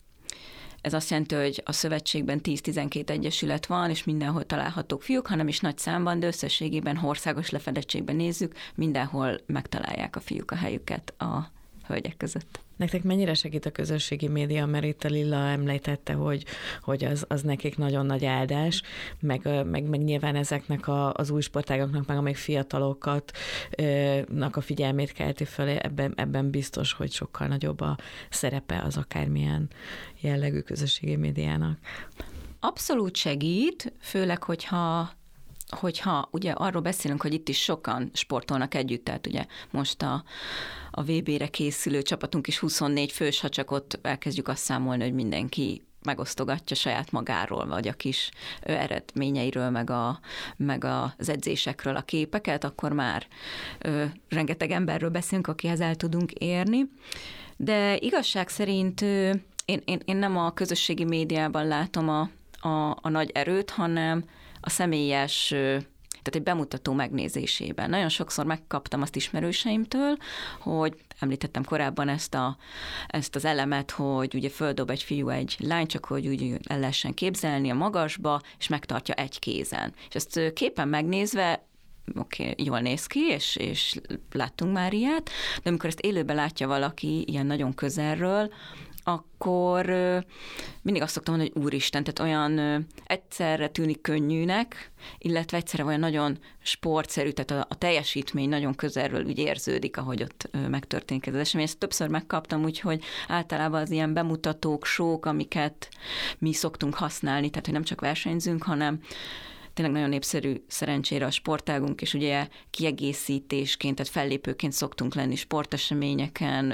ez azt jelenti, hogy a szövetségben tíz-tizenkét egyesület van, és mindenhol találhatók fiúk, hanem is nagy számban, de összességében, ha országos lefedettségben nézzük, mindenhol megtalálják a fiúk a helyüket a hölgyek között. Nektek mennyire segít a közösségi média, mert itt a Lilla említette, hogy, hogy az, az nekik nagyon nagy áldás, meg, meg, meg nyilván ezeknek a, az új sportágaknak, meg amelyik fiatalokat nak a figyelmét kelti föl, ebben, ebben biztos, hogy sokkal nagyobb a szerepe az akármilyen jellegű közösségi médiának. Abszolút segít, főleg, hogyha hogyha ugye arról beszélünk, hogy itt is sokan sportolnak együtt, tehát ugye most a, a vé bére készülő csapatunk is huszonnégy fős, ha csak ott elkezdjük azt számolni, hogy mindenki megosztogatja saját magáról, vagy a kis eredményeiről, meg, a, meg az edzésekről a képeket, akkor már ö, rengeteg emberről beszélünk, akihez el tudunk érni. De igazság szerint ö, én, én, én nem a közösségi médiában látom a, a, a nagy erőt, hanem a személyes, tehát egy bemutató megnézésében. Nagyon sokszor megkaptam azt ismerőseimtől, hogy említettem korábban ezt, a, ezt az elemet, hogy ugye földob egy fiú egy lány, csak hogy úgy el lehessen képzelni a magasba, és megtartja egy kézen. És ezt képen megnézve, oké, okay, jól néz ki, és, és láttunk már ilyet, de amikor ezt élőben látja valaki ilyen nagyon közelről, akkor mindig azt szoktam mondani, hogy úristen, tehát olyan egyszerre tűnik könnyűnek, illetve egyszerre olyan nagyon sportszerű, tehát a, a teljesítmény nagyon közelről úgy érződik, ahogy ott megtörténik ez az esemény. Ezt többször megkaptam, úgyhogy általában az ilyen bemutatók, sók, amiket mi szoktunk használni, tehát hogy nem csak versenyzünk, hanem tényleg nagyon népszerű szerencsére a sportágunk, és ugye kiegészítésként, tehát fellépőként szoktunk lenni sporteseményeken,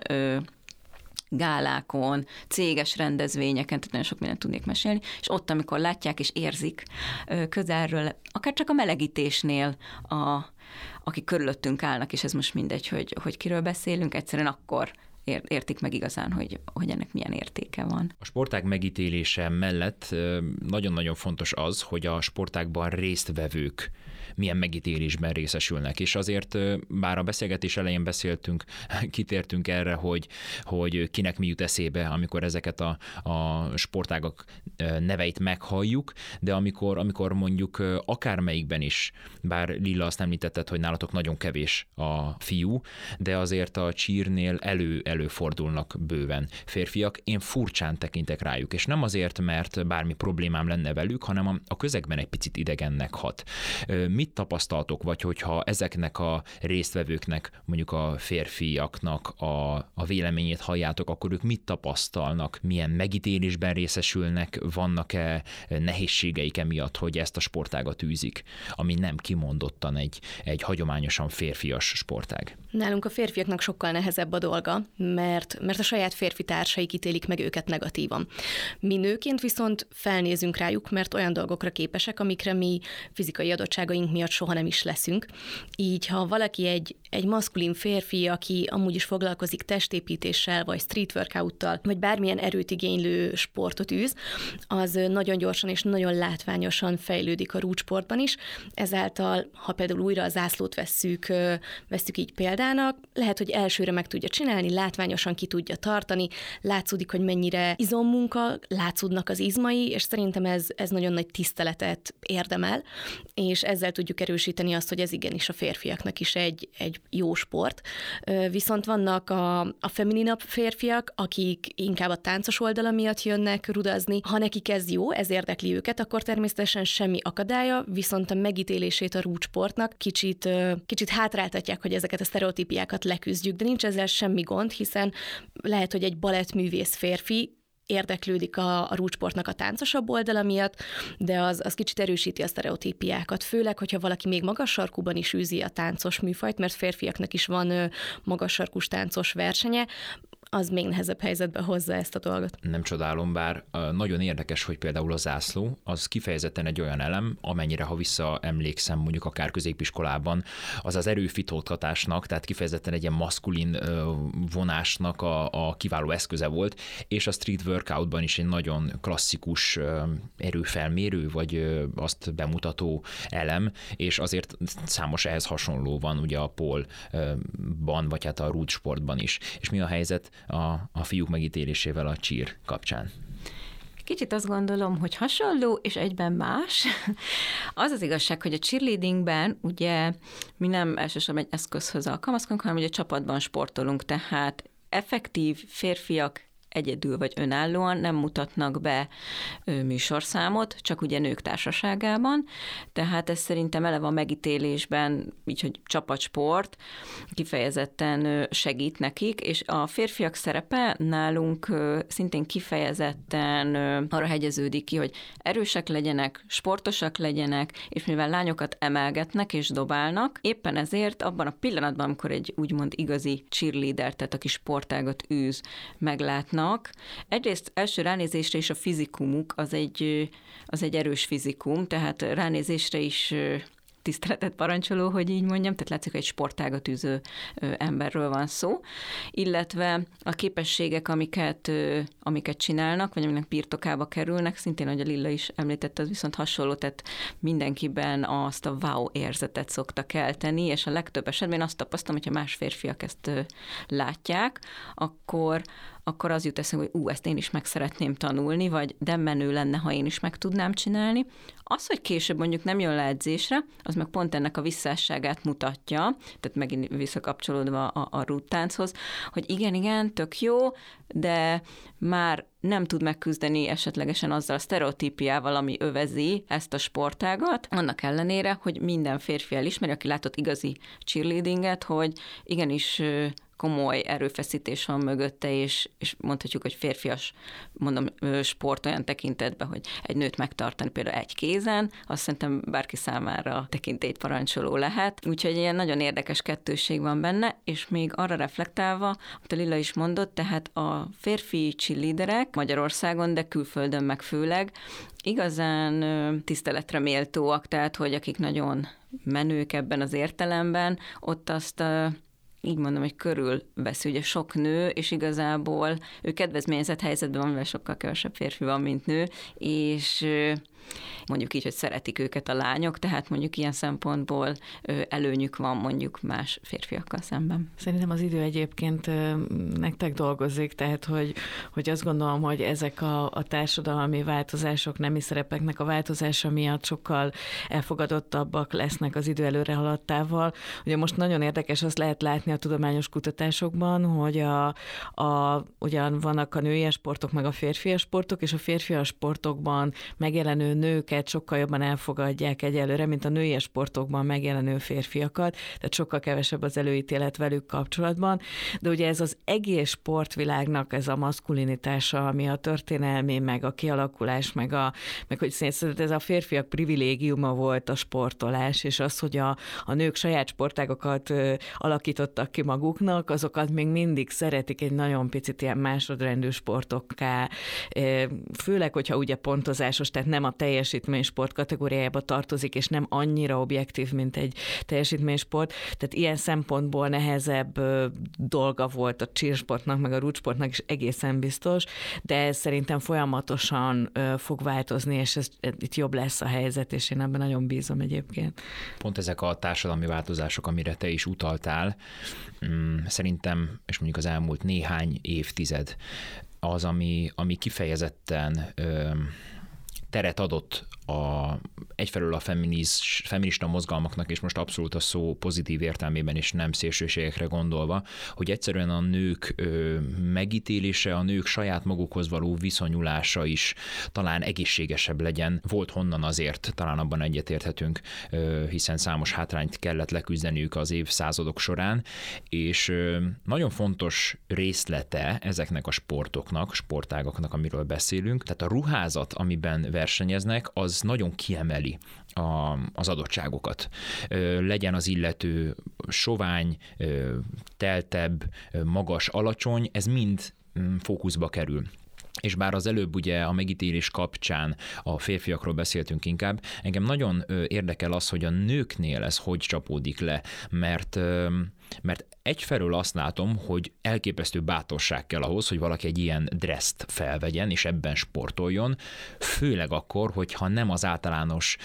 gálákon, céges rendezvényeken, tehát nagyon sok mindent tudnék mesélni, és ott, amikor látják és érzik közelről, akár csak a melegítésnél, a, akik körülöttünk állnak, és ez most mindegy, hogy, hogy kiről beszélünk, egyszerűen akkor értik meg igazán, hogy, hogy ennek milyen értéke van. A sportág megítélése mellett nagyon-nagyon fontos az, hogy a sportágban résztvevők milyen megítélésben részesülnek. És azért bár a beszélgetés elején beszéltünk, kitértünk erre, hogy, hogy kinek mi jut eszébe, amikor ezeket a, a sportágak neveit meghalljuk, de amikor, amikor mondjuk akármelyikben is, bár Lilla azt említetted, hogy nálatok nagyon kevés a fiú, de azért a cheernél elő, előfordulnak bőven férfiak. Én furcsán tekintek rájuk, és nem azért, mert bármi problémám lenne velük, hanem a, a közegben egy picit idegennek hat. Mit tapasztaltok, vagy hogyha ezeknek a résztvevőknek, mondjuk a férfiaknak a, a véleményét halljátok, akkor ők mit tapasztalnak, milyen megítélésben részesülnek, vannak-e nehézségeik emiatt, hogy ezt a sportágat űzik, ami nem kimondottan egy, egy hagyományosan férfias sportág? Nálunk a férfiaknak sokkal nehezebb a dolga, mert, mert a saját férfi társaik ítélik meg őket negatívan. Mi nőként viszont felnézünk rájuk, mert olyan dolgokra képesek, amikre mi fizikai adottságaink miatt soha nem is leszünk. Így, ha valaki egy, egy maszkulin férfi, aki amúgy is foglalkozik testépítéssel, vagy street workouttal, vagy bármilyen erőt igénylő sportot űz, az nagyon gyorsan és nagyon látványosan fejlődik a rúdsportban is. Ezáltal, ha például újra a zászlót vesszük, vesszük így példának, lehet, hogy elsőre meg tudja csinálni, látványosan ki tudja tartani, látszódik, hogy mennyire izommunka, látszódnak az izmai, és szerintem ez, ez nagyon nagy tiszteletet érdemel, és ezzel tudjuk erősíteni azt, hogy ez igenis a férfiaknak is egy, egy jó sport. Viszont vannak a, a femininabb férfiak, akik inkább a táncos oldala miatt jönnek rudazni. Ha nekik ez jó, ez érdekli őket, akkor természetesen semmi akadálya, viszont a megítélését a rúdsportnak kicsit, kicsit hátráltatják, hogy ezeket a sztereotípiákat leküzdjük, de nincs ezzel semmi gond, hiszen lehet, hogy egy balettművész férfi érdeklődik a, a rúdsportnak a táncosabb oldala miatt, de az, az kicsit erősíti a sztereotípiákat, főleg, hogyha valaki még magas sarkúban is űzi a táncos műfajt, mert férfiaknak is van magas sarkús táncos versenye, az még nehezebb helyzetbe hozza ezt a dolgot. Nem csodálom, bár nagyon érdekes, hogy például a zászló, az kifejezetten egy olyan elem, amennyire, ha visszaemlékszem, mondjuk akár középiskolában, az az erőfitoktatásnak, tehát kifejezetten egy ilyen maszkulin vonásnak a, a kiváló eszköze volt, és a street workoutban is egy nagyon klasszikus erőfelmérő, vagy azt bemutató elem, és azért számos ehhez hasonló van ugye a pole-ban, vagy hát a rúdsportban is. És mi a helyzet a, a fiúk megítélésével a cheer kapcsán? Kicsit azt gondolom, hogy hasonló, és egyben más. Az az igazság, hogy a cheerleadingben ugye mi nem elsősorban egy eszközhöz alkalmazkodunk, hanem ugye csapatban sportolunk, tehát effektív férfiak egyedül vagy önállóan nem mutatnak be műsorszámot, csak ugye nők társaságában, tehát ez szerintem eleve a megítélésben, így, hogy csapatsport kifejezetten segít nekik, és a férfiak szerepe nálunk szintén kifejezetten arra hegyeződik ki, hogy erősek legyenek, sportosak legyenek, és mivel lányokat emelgetnek és dobálnak, éppen ezért abban a pillanatban, amikor egy úgymond igazi cheerleader, tehát aki sportágat űz, meglátnak, egyrészt első ránézésre is a fizikumuk az egy, az egy erős fizikum, tehát ránézésre is tiszteletet parancsoló, hogy így mondjam, tehát látszik, hogy egy sportágat űző emberről van szó, illetve a képességek, amiket, amiket csinálnak, vagy aminek birtokába kerülnek, szintén, ahogy a Lilla is említette, az viszont hasonló, tehát mindenkiben azt a wow érzetet szokta kelteni, és a legtöbb esetben azt tapasztalom, hogyha más férfiak ezt látják, akkor akkor az jut eszembe, hogy ú, ezt én is meg szeretném tanulni, vagy de menő lenne, ha én is meg tudnám csinálni. Az, hogy később mondjuk nem jön le edzésre, az meg pont ennek a visszásságát mutatja, tehát megint visszakapcsolódva a, a rúdtánchoz, hogy igen, igen, tök jó, de már nem tud megküzdeni esetlegesen azzal a sztereotípiával, ami övezi ezt a sportágat, annak ellenére, hogy minden férfi elismeri, aki látott igazi cheerleadinget, hogy igenis komoly erőfeszítés van mögötte, és, és mondhatjuk, hogy férfias, mondom, sport olyan tekintetben, hogy egy nőt megtartani például egy kézen, azt szerintem bárki számára tekintélyt parancsoló lehet. Úgyhogy ilyen nagyon érdekes kettősség van benne, és még arra reflektálva, amit a Lilla is mondott, tehát a férfi cheerleaderek Magyarországon, de külföldön meg főleg, igazán tiszteletre méltóak, tehát hogy akik nagyon menők ebben az értelemben, ott azt így mondom, hogy körülveszi ugye sok nő, és igazából ő kedvezményezett helyzetben van, mivel sokkal kevesebb férfi van, mint nő, és mondjuk így, hogy szeretik őket a lányok, tehát mondjuk ilyen szempontból előnyük van mondjuk más férfiakkal szemben. Szerintem az idő egyébként nektek dolgozik, tehát hogy, hogy azt gondolom, hogy ezek a, a társadalmi változások, nemi szerepeknek a változása miatt sokkal elfogadottabbak lesznek az idő előre haladtával. Ugye most nagyon érdekes, azt lehet látni a tudományos kutatásokban, hogy a, a, ugyan vannak a női sportok, meg a férfias sportok, és a férfias sportokban megjelenő nőket sokkal jobban elfogadják egyelőre, mint a női sportokban megjelenő férfiakat, tehát sokkal kevesebb az előítélet velük kapcsolatban, de ugye ez az egész sportvilágnak ez a maszkulinitása, ami a történelmi, meg a kialakulás, meg, a, meg hogy szerintem ez a férfiak privilégiuma volt a sportolás, és az, hogy a, a nők saját sportágokat ö, alakítottak ki maguknak, azokat még mindig szeretik egy nagyon picit ilyen másodrendű sportokká, ö, főleg, hogyha ugye pontozásos, tehát nem a teljesítménysport kategóriájába tartozik, és nem annyira objektív, mint egy teljesítménysport. Tehát ilyen szempontból nehezebb dolga volt a cheersportnak, meg a rúdsportnak is egészen biztos, de ez szerintem folyamatosan fog változni, és ez, itt jobb lesz a helyzet, és én ebben nagyon bízom egyébként. Pont ezek a társadalmi változások, amire te is utaltál, szerintem, és mondjuk az elmúlt néhány évtized az, ami, ami kifejezetten teret adott a, egyfelől a feminiz, feminista mozgalmaknak, és most abszolút a szó pozitív értelmében és nem szélsőségekre gondolva, hogy egyszerűen a nők ö, megítélése, a nők saját magukhoz való viszonyulása is talán egészségesebb legyen. Volt honnan azért, talán abban egyetérthetünk, ö, hiszen számos hátrányt kellett leküzdeniük az évszázadok során, és ö, nagyon fontos részlete ezeknek a sportoknak, sportágaknak, amiről beszélünk, tehát a ruházat, amiben versenyeznek, az nagyon kiemeli a, az adottságokat. Legyen az illető sovány, teltebb, magas, alacsony, ez mind fókuszba kerül. És bár az előbb ugye a megítélés kapcsán a férfiakról beszéltünk inkább, engem nagyon érdekel az, hogy a nőknél ez hogy csapódik le, mert mert egyfelől azt látom, hogy elképesztő bátorság kell ahhoz, hogy valaki egy ilyen dresszt felvegyen, és ebben sportoljon, főleg akkor, hogyha nem az általános,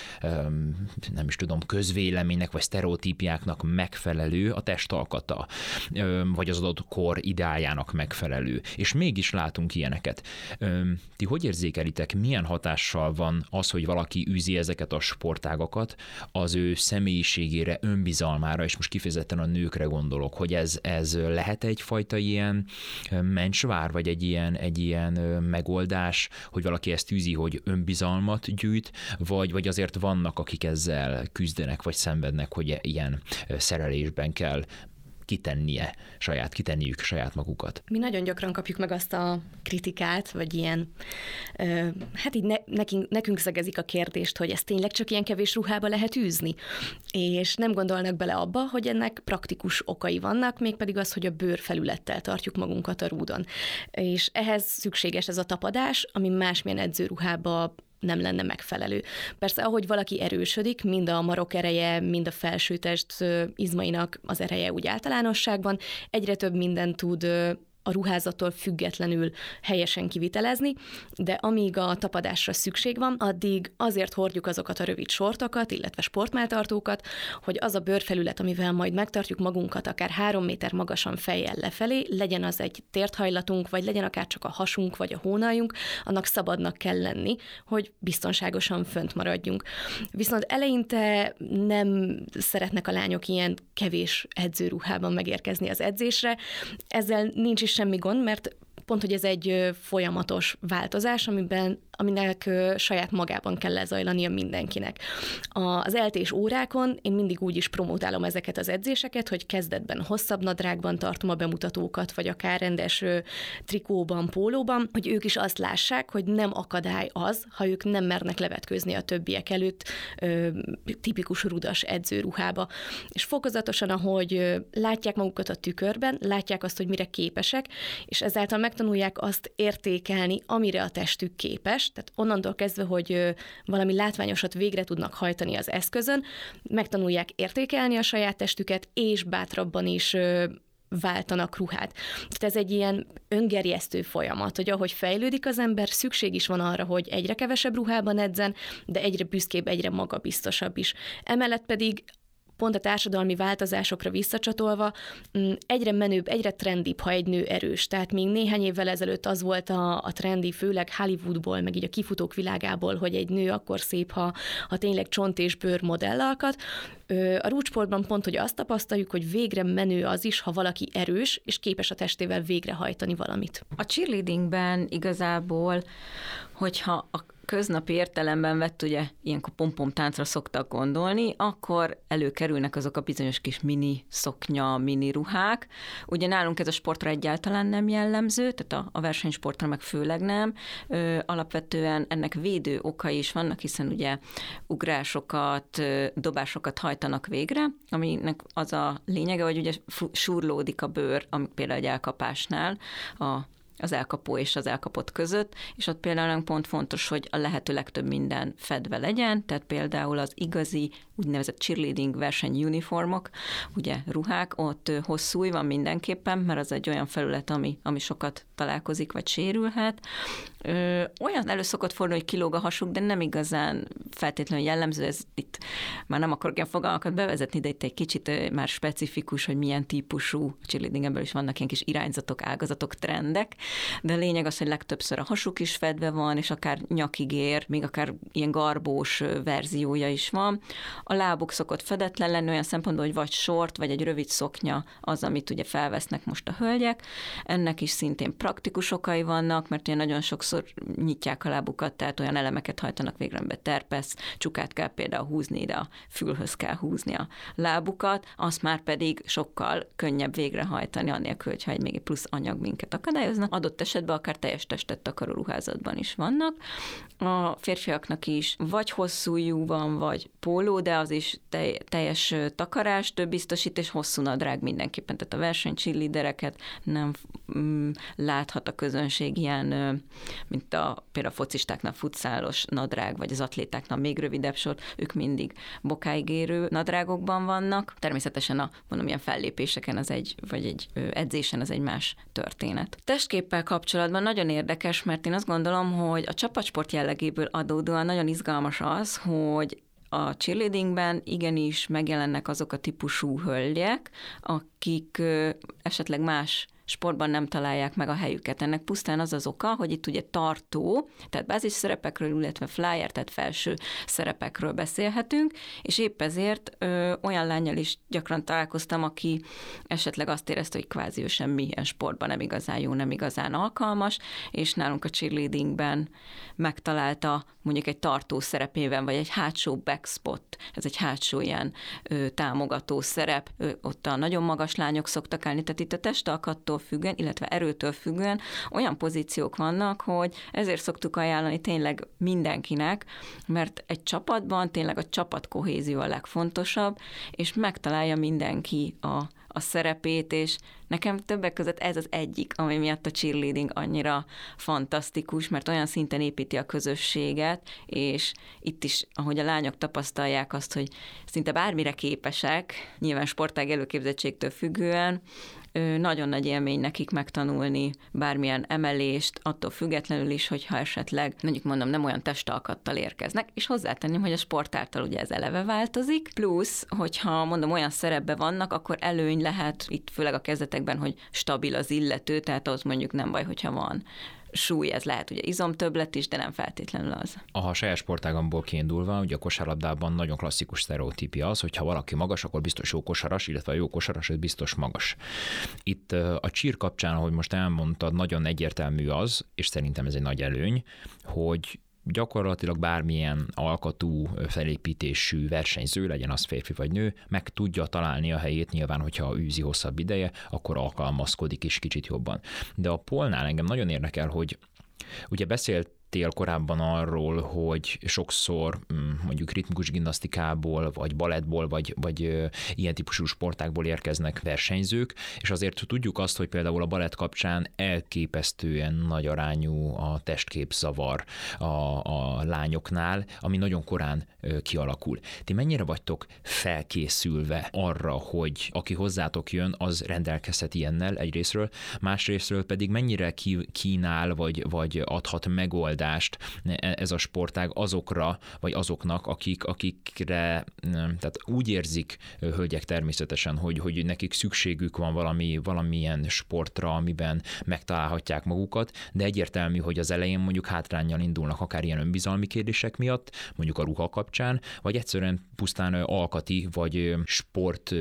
nem is tudom, közvéleménynek, vagy sztereotípiáknak megfelelő a testalkata, vagy az adott kor ideájának megfelelő. És mégis látunk ilyeneket. Ti hogy érzékelitek, milyen hatással van az, hogy valaki űzi ezeket a sportágakat az ő személyiségére, önbizalmára, és most kifejezetten a nőkre gondolok, hogy ez, ez lehet egyfajta ilyen mencsvár, vagy egy ilyen, egy ilyen megoldás, hogy valaki ezt űzi, hogy önbizalmat gyűjt, vagy, vagy azért vannak, akik ezzel küzdenek, vagy szenvednek, hogy ilyen szerelésben kell kitennie saját, kitenniük saját magukat. Mi nagyon gyakran kapjuk meg azt a kritikát, vagy ilyen, ö, hát így ne, nekünk, nekünk szegezik a kérdést, hogy ezt tényleg csak ilyen kevés ruhába lehet űzni, és nem gondolnak bele abba, hogy ennek praktikus okai vannak, mégpedig az, hogy a bőrfelülettel tartjuk magunkat a rúdon. És ehhez szükséges ez a tapadás, ami másmilyen edzőruhába nem lenne megfelelő. Persze, ahogy valaki erősödik, mind a marok ereje, mind a felsőtest izmainak az ereje úgy általánosságban, egyre több mindent tud a ruházattól függetlenül helyesen kivitelezni, de amíg a tapadásra szükség van, addig azért hordjuk azokat a rövid sortokat, illetve sportmelltartókat, hogy az a bőrfelület, amivel majd megtartjuk magunkat akár három méter magasan fejjel lefelé, legyen az egy térthajlatunk, vagy legyen akár csak a hasunk, vagy a hónaljunk, annak szabadnak kell lenni, hogy biztonságosan fönt maradjunk. Viszont eleinte nem szeretnek a lányok ilyen kevés edzőruhában megérkezni az edzésre, ezzel nincs is semmi gond, mert pont, hogy ez egy folyamatos változás, amiben aminek saját magában kell lezajlania mindenkinek. Az eltés órákon én mindig úgy is promotálom ezeket az edzéseket, hogy kezdetben hosszabb nadrágban tartom a bemutatókat, vagy akár rendes trikóban, pólóban, hogy ők is azt lássák, hogy nem akadály az, ha ők nem mernek levetkőzni a többiek előtt tipikus rudas edzőruhába. És fokozatosan, ahogy látják magukat a tükörben, látják azt, hogy mire képesek, és ezáltal megtanulják azt értékelni, amire a testük képes, tehát onnantól kezdve, hogy valami látványosat végre tudnak hajtani az eszközön, megtanulják értékelni a saját testüket, és bátrabban is váltanak ruhát. Tehát ez egy ilyen öngerjesztő folyamat, hogy ahogy fejlődik az ember, szükség is van arra, hogy egyre kevesebb ruhában edzen, de egyre büszkébb, egyre magabiztosabb is. Emellett pedig pont a társadalmi változásokra visszacsatolva, egyre menőbb, egyre trendibb, ha egy nő erős. Tehát még néhány évvel ezelőtt az volt a, a trendi, főleg Hollywoodból, meg így a kifutók világából, hogy egy nő akkor szép, ha, ha tényleg csont és bőr modell alkat. A rúdsportban pont, hogy azt tapasztaljuk, hogy végre menő az is, ha valaki erős, és képes a testével végrehajtani valamit. A cheerleadingben igazából, hogyha a köznapi értelemben vett, ugye ilyenkor pom-pom táncra szoktak gondolni, akkor előkerülnek azok a bizonyos kis mini szoknya, mini ruhák. Ugye nálunk ez a sportra egyáltalán nem jellemző, tehát a, a versenysportra meg főleg nem. Ö, alapvetően ennek védő okai is vannak, hiszen ugye ugrásokat, dobásokat hajtanak végre, aminek az a lényege, hogy ugye súrlódik a bőr, amik például egy elkapásnál a az elkapó és az elkapott között, és ott például pont fontos, hogy a lehető legtöbb minden fedve legyen, tehát például az igazi úgynevezett cheerleading versenyuniformok, ugye ruhák, ott hosszúj van mindenképpen, mert az egy olyan felület, ami, ami sokat találkozik, vagy sérülhet. Ö, olyan elő szokott fordulni, hogy kilóg a hasuk, de nem igazán feltétlenül jellemző, ez itt már nem akarok ilyen fogalmakat bevezetni, de itt egy kicsit már specifikus, hogy milyen típusú cheerleadingből is vannak ilyen kis irányzatok, ágazatok, trendek, de a lényeg az, hogy legtöbbször a hasuk is fedve van, és akár nyakig ér, még akár ilyen garbós verziója is van. A lábuk szokott fedetlen lenni olyan szempontból, hogy vagy short, vagy egy rövid szoknya az, amit ugye felvesznek most a hölgyek. Ennek is szintén praktikus okai vannak, mert ugye nagyon sokszor nyitják a lábukat, tehát olyan elemeket hajtanak végre, amiben terpesz, csukát kell például húzni, de a fülhöz kell húzni a lábukat, azt már pedig sokkal könnyebb végrehajtani, annélkül, hogyha egy még plusz anyag minket akadályozna. Adott esetben akár teljes testet takaró ruházatban is vannak. A férfiaknak is vagy hosszújú van, vagy póló, de az is teljes takarást biztosít, és hosszú nadrág mindenképpen. Tehát a versenycheerleadereket nem mm, láthat a közönség ilyen, mint a például a focistáknál futszálos nadrág, vagy az atlétáknál még rövidebb sor, ők mindig bokáig érő nadrágokban vannak. Természetesen a mondom, ilyen fellépéseken az egy, vagy egy edzésen az egy más történet. Testképpel kapcsolatban nagyon érdekes, mert én azt gondolom, hogy a csapatsport jellegéből adódóan nagyon izgalmas az, hogy a cheerleadingben igenis megjelennek azok a típusú hölgyek, akik esetleg más sportban nem találják meg a helyüket. Ennek pusztán az az oka, hogy itt ugye tartó, tehát bázis szerepekről, illetve flyer, tehát felső szerepekről beszélhetünk, és épp ezért ö, olyan lánnyal is gyakran találkoztam, aki esetleg azt érezte, hogy kvázi ő semmilyen sportban nem igazán jó, nem igazán alkalmas, és nálunk a cheerleadingben megtalálta mondjuk egy tartó szerepében, vagy egy hátsó backspot, ez egy hátsó ilyen ö, támogató szerep, ö, ott a nagyon magas lányok szoktak állni, tehát itt a testalkattól függően, illetve erőtől függően olyan pozíciók vannak, hogy ezért szoktuk ajánlani tényleg mindenkinek, mert egy csapatban tényleg a csapat kohézió a legfontosabb, és megtalálja mindenki a, a szerepét, és nekem többek között ez az egyik, ami miatt a cheerleading annyira fantasztikus, mert olyan szinten építi a közösséget, és itt is, ahogy a lányok tapasztalják azt, hogy szinte bármire képesek, nyilván sportág előképzettségtől függően, nagyon nagy élmény nekik megtanulni bármilyen emelést, attól függetlenül is, hogyha esetleg, mondjuk mondom, nem olyan testalkattal érkeznek, és hozzátenném, hogy a sport által ugye ez eleve változik, plusz, hogyha mondom olyan szerepben vannak, akkor előny lehet itt főleg a kezdetekben, hogy stabil az illető, tehát az mondjuk nem baj, hogyha van súly, ez lehet ugye izomtöbblet is, de nem feltétlenül az. A saját sportágamból kiindulva, ugye a kosárlabdában nagyon klasszikus sztereotípia az, hogy ha valaki magas, akkor biztos jó kosaras, illetve a jó kosaras, ez biztos magas. Itt a cheer kapcsán, ahogy most elmondtad, nagyon egyértelmű az, és szerintem ez egy nagy előny, hogy gyakorlatilag bármilyen alkatú, felépítésű versenyző, legyen az férfi vagy nő, meg tudja találni a helyét, nyilván, hogyha űzi hosszabb ideje, akkor alkalmazkodik is kicsit jobban. De a polnál engem nagyon érdekel, hogy ugye beszélt tél korábban arról, hogy sokszor mondjuk ritmikus gimnasztikából, vagy balettból, vagy, vagy ilyen típusú sportákból érkeznek versenyzők, és azért tudjuk azt, hogy például a balett kapcsán elképesztően nagy arányú a testképzavar a, a lányoknál, ami nagyon korán kialakul. Ti mennyire vagytok felkészülve arra, hogy aki hozzátok jön, az rendelkezhet ilyennel egyrészről, másrészről pedig mennyire kínál, vagy, vagy adhat megoldást ez a sportág azokra, vagy azoknak, akik, akikre tehát úgy érzik hölgyek természetesen, hogy, hogy nekik szükségük van valami, valamilyen sportra, amiben megtalálhatják magukat, de egyértelmű, hogy az elején mondjuk hátránnyal indulnak akár ilyen önbizalmi kérdések miatt, mondjuk a ruha kapcsán, vagy egyszerűen pusztán alkati, vagy sport,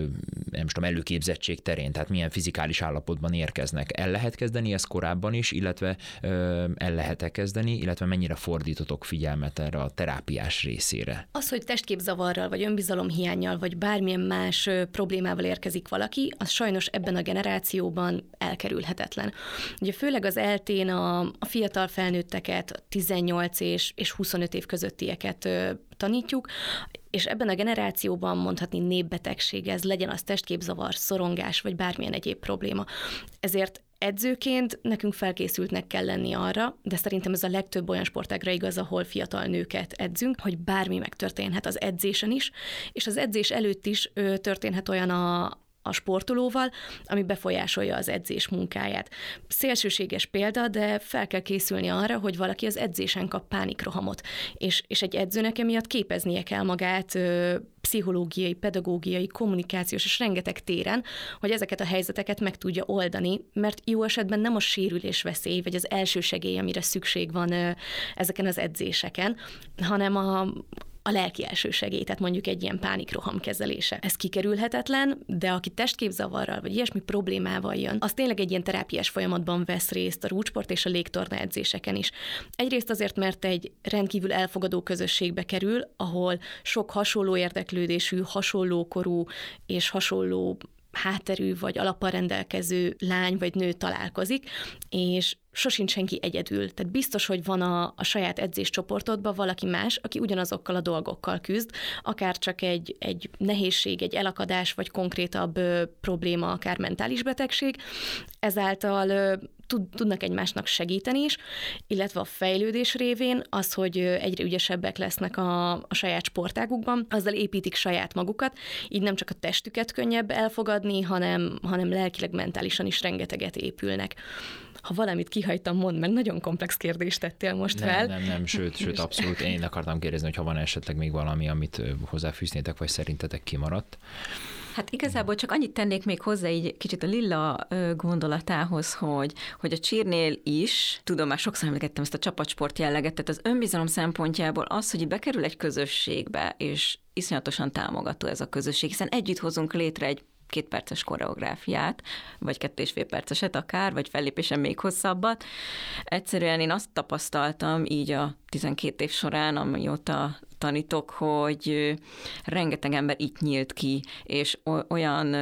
nem tudom, előképzettség terén, tehát milyen fizikális állapotban érkeznek. El lehet kezdeni ezt korábban is, illetve el lehet kezdeni, illetve mennyire fordítotok figyelmet erre a terápiás részére? Az, hogy testképzavarral, vagy önbizalomhiánnyal, vagy bármilyen más problémával érkezik valaki, az sajnos ebben a generációban elkerülhetetlen. Ugye főleg az eltén a, a fiatal felnőtteket, tizennyolc és, és huszonöt év közöttieket tanítjuk, és ebben a generációban mondhatni népbetegség, ez legyen az testképzavar, szorongás, vagy bármilyen egyéb probléma. Ezért edzőként nekünk felkészültnek kell lenni arra, de szerintem ez a legtöbb olyan sportágra igaz, ahol fiatal nőket edzünk, hogy bármi megtörténhet az edzésen is, és az edzés előtt is történhet olyan a, a sportolóval, ami befolyásolja az edzés munkáját. Szélsőséges példa, de fel kell készülni arra, hogy valaki az edzésen kap pánikrohamot, és, és egy edzőnek emiatt képeznie kell magát ö, pszichológiai, pedagógiai, kommunikációs és rengeteg téren, hogy ezeket a helyzeteket meg tudja oldani, mert jó esetben nem a sérülés veszély, vagy az első segély, amire szükség van ö, ezeken az edzéseken, hanem a a lelki elsősegély, tehát mondjuk egy ilyen pánikroham kezelése. Ez kikerülhetetlen, de aki testképzavarral vagy ilyesmi problémával jön, az tényleg egy ilyen terápiás folyamatban vesz részt a rúdsport és a légtorna edzéseken is. Egyrészt azért, mert egy rendkívül elfogadó közösségbe kerül, ahol sok hasonló érdeklődésű, hasonló korú és hasonló hátterű vagy alappal rendelkező lány vagy nő találkozik, és sosincs senki egyedül. Tehát biztos, hogy van a, a saját edzéscsoportodban valaki más, aki ugyanazokkal a dolgokkal küzd, akár csak egy, egy nehézség, egy elakadás, vagy konkrétabb ö, probléma, akár mentális betegség. Ezáltal ö, tud, tudnak egymásnak segíteni is, illetve a fejlődés révén az, hogy egyre ügyesebbek lesznek a, a saját sportágukban, azzal építik saját magukat, így nem csak a testüket könnyebb elfogadni, hanem, hanem lelkileg, mentálisan is rengeteget épülnek. Ha valamit kihagytam, mondd, mert nagyon komplex kérdést tettél most nem, fel. Nem, nem, sőt, sőt, abszolút. Én akartam kérdezni, hogy ha van esetleg még valami, amit hozzáfűznétek, vagy szerintetek kimaradt. Hát igazából csak annyit tennék még hozzá így kicsit a Lilla gondolatához, hogy, hogy a cheernél is, tudom, már sokszor emlegettem ezt a csapatsport jelleget, tehát az önbizalom szempontjából az, hogy bekerül egy közösségbe, és iszonyatosan támogató ez a közösség, hiszen együtt hozunk létre egy két perces koreográfiát, vagy kettő és fél perceset akár, vagy fellépésen még hosszabbat. Egyszerűen én azt tapasztaltam így a tizenkét év során, amióta tanítok, hogy rengeteg ember itt nyílt ki, és olyan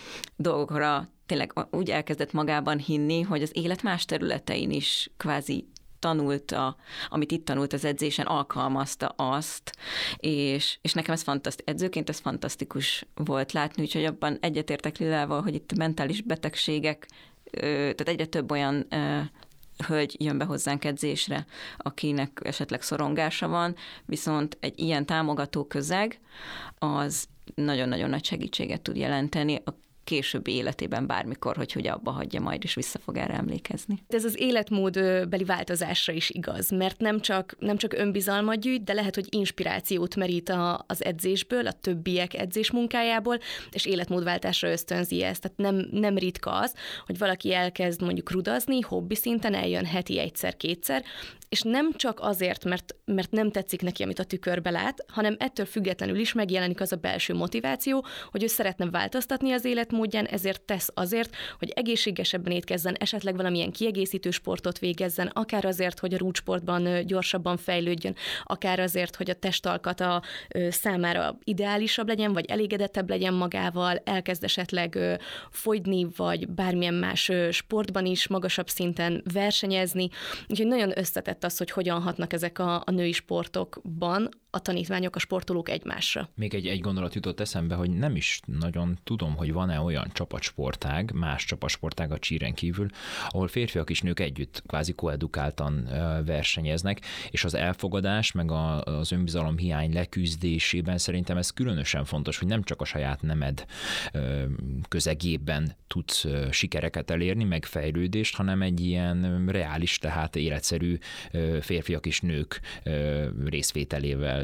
dolgokra tényleg úgy elkezdett magában hinni, hogy az élet más területein is kvázi tanulta, amit itt tanult az edzésen, alkalmazta azt, és, és nekem ez fantasztikus, edzőként ez fantasztikus volt látni, úgyhogy abban egyetértek Lilával, hogy itt mentális betegségek, tehát egyre több olyan hölgy jön be hozzánk edzésre, akinek esetleg szorongása van, viszont egy ilyen támogató közeg az nagyon-nagyon nagy segítséget tud jelenteni a későbbi életében bármikor, hogy hogy abba hagyja, majd is vissza fog erre emlékezni. Ez az életmódbeli változásra is igaz, mert nem csak, nem csak önbizalmat gyűjt, de lehet, hogy inspirációt merít a, az edzésből, a többiek edzés munkájából, és életmódváltásra ösztönzi ezt. Tehát nem, nem ritka az, hogy valaki elkezd mondjuk rudazni, hobbi szinten eljön heti egyszer-kétszer, és nem csak azért, mert, mert nem tetszik neki, amit a tükörbe lát, hanem ettől függetlenül is megjelenik az a belső motiváció, hogy ő szeretne változtatni az életmódján, életmódján, ezért tesz azért, hogy egészségesebben étkezzen, esetleg valamilyen kiegészítő sportot végezzen, akár azért, hogy a rúdsportban gyorsabban fejlődjön, akár azért, hogy a testalkata számára ideálisabb legyen, vagy elégedettebb legyen magával, elkezd esetleg fogyni, vagy bármilyen más sportban is magasabb szinten versenyezni. Úgyhogy nagyon összetett az, hogy hogyan hatnak ezek a, a női sportokban a tanítványok, a sportolók egymásra. Még egy, egy gondolat jutott eszembe, hogy nem is nagyon tudom, hogy van-e olyan csapatsportág, más csapatsportág a csíren kívül, ahol férfiak és nők együtt kvázi koedukáltan versenyeznek, és az elfogadás, meg a, az önbizalom hiány leküzdésében szerintem ez különösen fontos, hogy nem csak a saját nemed közegében tudsz sikereket elérni, meg fejlődést, hanem egy ilyen reális, tehát életszerű férfiak és nők részvételével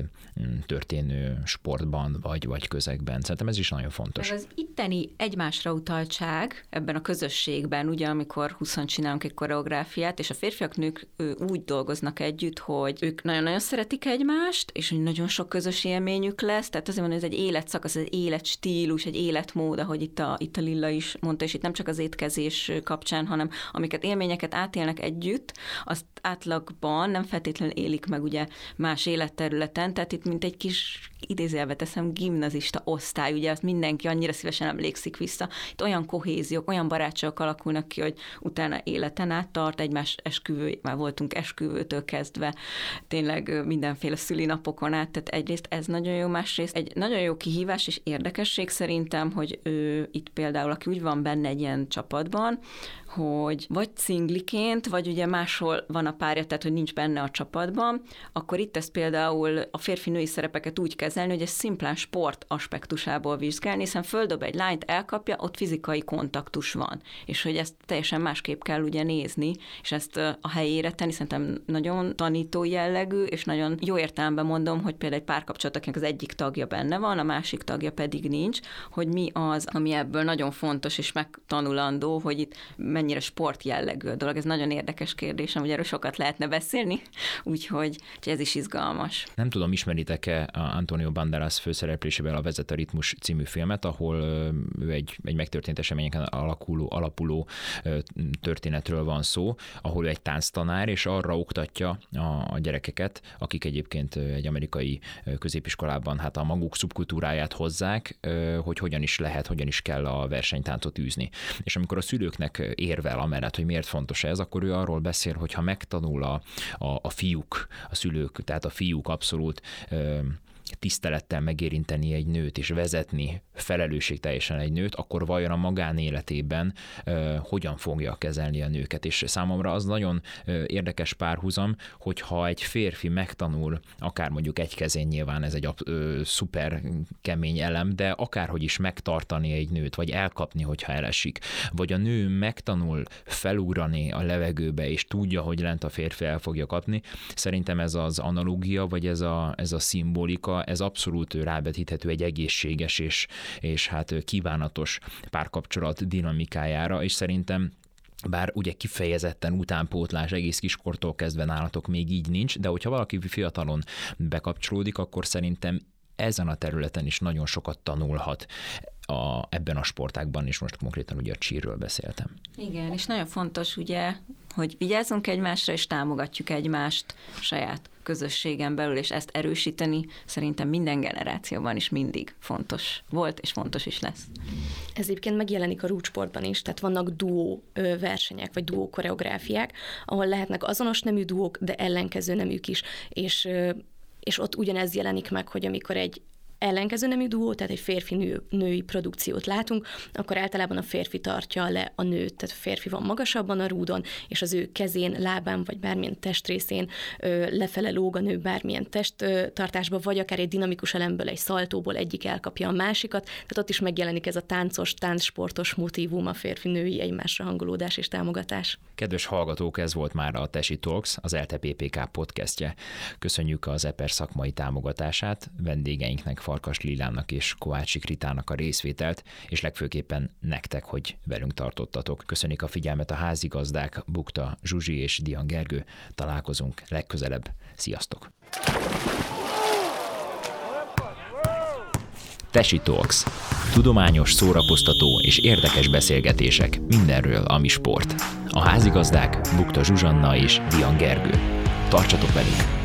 történő sportban vagy, vagy közegben. Szerintem ez is nagyon fontos. Meg az itteni egymásra utaltság ebben a közösségben, ugye amikor huszan csinálunk egy koreográfiát, és a férfiak, nők úgy dolgoznak együtt, hogy ők nagyon-nagyon szeretik egymást, és hogy nagyon sok közös élményük lesz, tehát azért mondom, ez egy életszakasz, ez egy életstílus, egy életmód, ahogy itt a, itt a Lilla is mondta, és itt nem csak az étkezés kapcsán, hanem amiket élményeket átélnek együtt, azt átlagban nem feltétlenül élik meg ugye más életterületen, tehát itt mint egy kis idézőjelbe teszem gimnazista osztály, ugye azt mindenki annyira szívesen emlékszik vissza. Itt olyan kohéziók, olyan barátságok alakulnak ki, hogy utána életen át tart, egymás esküvő, már voltunk esküvőtől kezdve, tényleg mindenféle szülinapokon át, tehát egyrészt ez nagyon jó, másrészt egy nagyon jó kihívás és érdekesség szerintem, hogy ő itt például, aki úgy van benne egy ilyen csapatban, hogy vagy cingliként, vagy ugye máshol van a párja, tehát hogy nincs benne a csapatban, akkor itt ezt például a férfi-női szerepeket úgy kezelni, hogy ez szimplán sport aspektusából vizsgálni, hiszen földob egy lányt, elkapja, ott fizikai kontaktus van. És hogy ezt teljesen másképp kell ugye nézni, és ezt a helyére tenni, szerintem nagyon tanító jellegű, és nagyon jó értelemben mondom, hogy például egy párkapcsolat, akinek az egyik tagja benne van, a másik tagja pedig nincs, hogy mi az, ami ebből nagyon fontos és megtanulandó, hogy itt mennyire sport jellegű a dolog. Ez nagyon érdekes kérdés, hogy erről sokat lehetne beszélni, úgyhogy ez is izgalmas. Nem tudom, ismeritek-e Antonio Banderas főszereplésével a Vezet a ritmus című filmet, ahol ő egy, egy megtörtént eseményeken alakuló, alapuló történetről van szó, ahol ő egy tánctanár, és arra oktatja a, a gyerekeket, akik egyébként egy amerikai középiskolában hát a maguk szubkultúráját hozzák, hogy hogyan is lehet, hogyan is kell a versenytáncot űzni. És amikor a szülőknek érvel amellett, hogy miért fontos ez, akkor ő arról beszél, hogy ha megtanul a, a, a fiúk, a szülők, tehát a fiúk abszolút ö, tisztelettel megérinteni egy nőt és vezetni felelősségteljesen egy nőt, akkor vajon a magánéletében uh, hogyan fogja kezelni a nőket. És számomra az nagyon uh, érdekes párhuzam, hogyha egy férfi megtanul, akár mondjuk egy kezén nyilván ez egy uh, szuper kemény elem, de akárhogy is megtartani egy nőt, vagy elkapni, hogyha elesik, vagy a nő megtanul felugrani a levegőbe, és tudja, hogy lent a férfi el fogja kapni, szerintem ez az analógia, vagy ez a, ez a szimbolika, ez abszolút rávetíthető egy egészséges és, és hát kívánatos párkapcsolat dinamikájára, és szerintem bár ugye kifejezetten utánpótlás egész kiskortól kezdve nálatok még így nincs, de hogyha valaki fiatalon bekapcsolódik, akkor szerintem ezen a területen is nagyon sokat tanulhat a, ebben a sportágban, és most konkrétan ugye a cheerről beszéltem. Igen, és nagyon fontos ugye, hogy vigyázzunk egymásra, és támogatjuk egymást saját közösségen belül, és ezt erősíteni szerintem minden generációban is mindig fontos volt, és fontos is lesz. Ez egyébként megjelenik a rúdsportban is, tehát vannak duó versenyek, vagy duó koreográfiák, ahol lehetnek azonos nemű duók, de ellenkező neműk is, és, és ott ugyanez jelenik meg, hogy amikor egy ellenkező nemű duó, tehát egy férfi-női produkciót látunk, akkor általában a férfi tartja le a nőt, tehát a férfi van magasabban a rúdon, és az ő kezén, lábán, vagy bármilyen testrészén ö, lefele lóg a nő bármilyen testtartásba, vagy akár egy dinamikus elemből, egy szaltóból egyik elkapja a másikat, tehát ott is megjelenik ez a táncos, táncsportos motívum, a férfi-női egymásra hangolódás és támogatás. Kedves hallgatók, ez volt már a Tesi Talks, az ELTE pé pé ká podcastje. Köszönjük az e pé e er szakmai támogatását, vendégeinknek, Farkas Lillának és Kovácsik Ritának a részvételt, és legfőképpen nektek, hogy velünk tartottatok. Köszönjük a figyelmet a házigazdák, Bukta Zsuzsi és Dian Gergő. Találkozunk legközelebb. Sziasztok! Tesi Talks. Tudományos, szórakoztató és érdekes beszélgetések mindenről, ami sport. A házigazdák Bukta Zsuzsanna és Dian Gergő. Tartsatok velünk!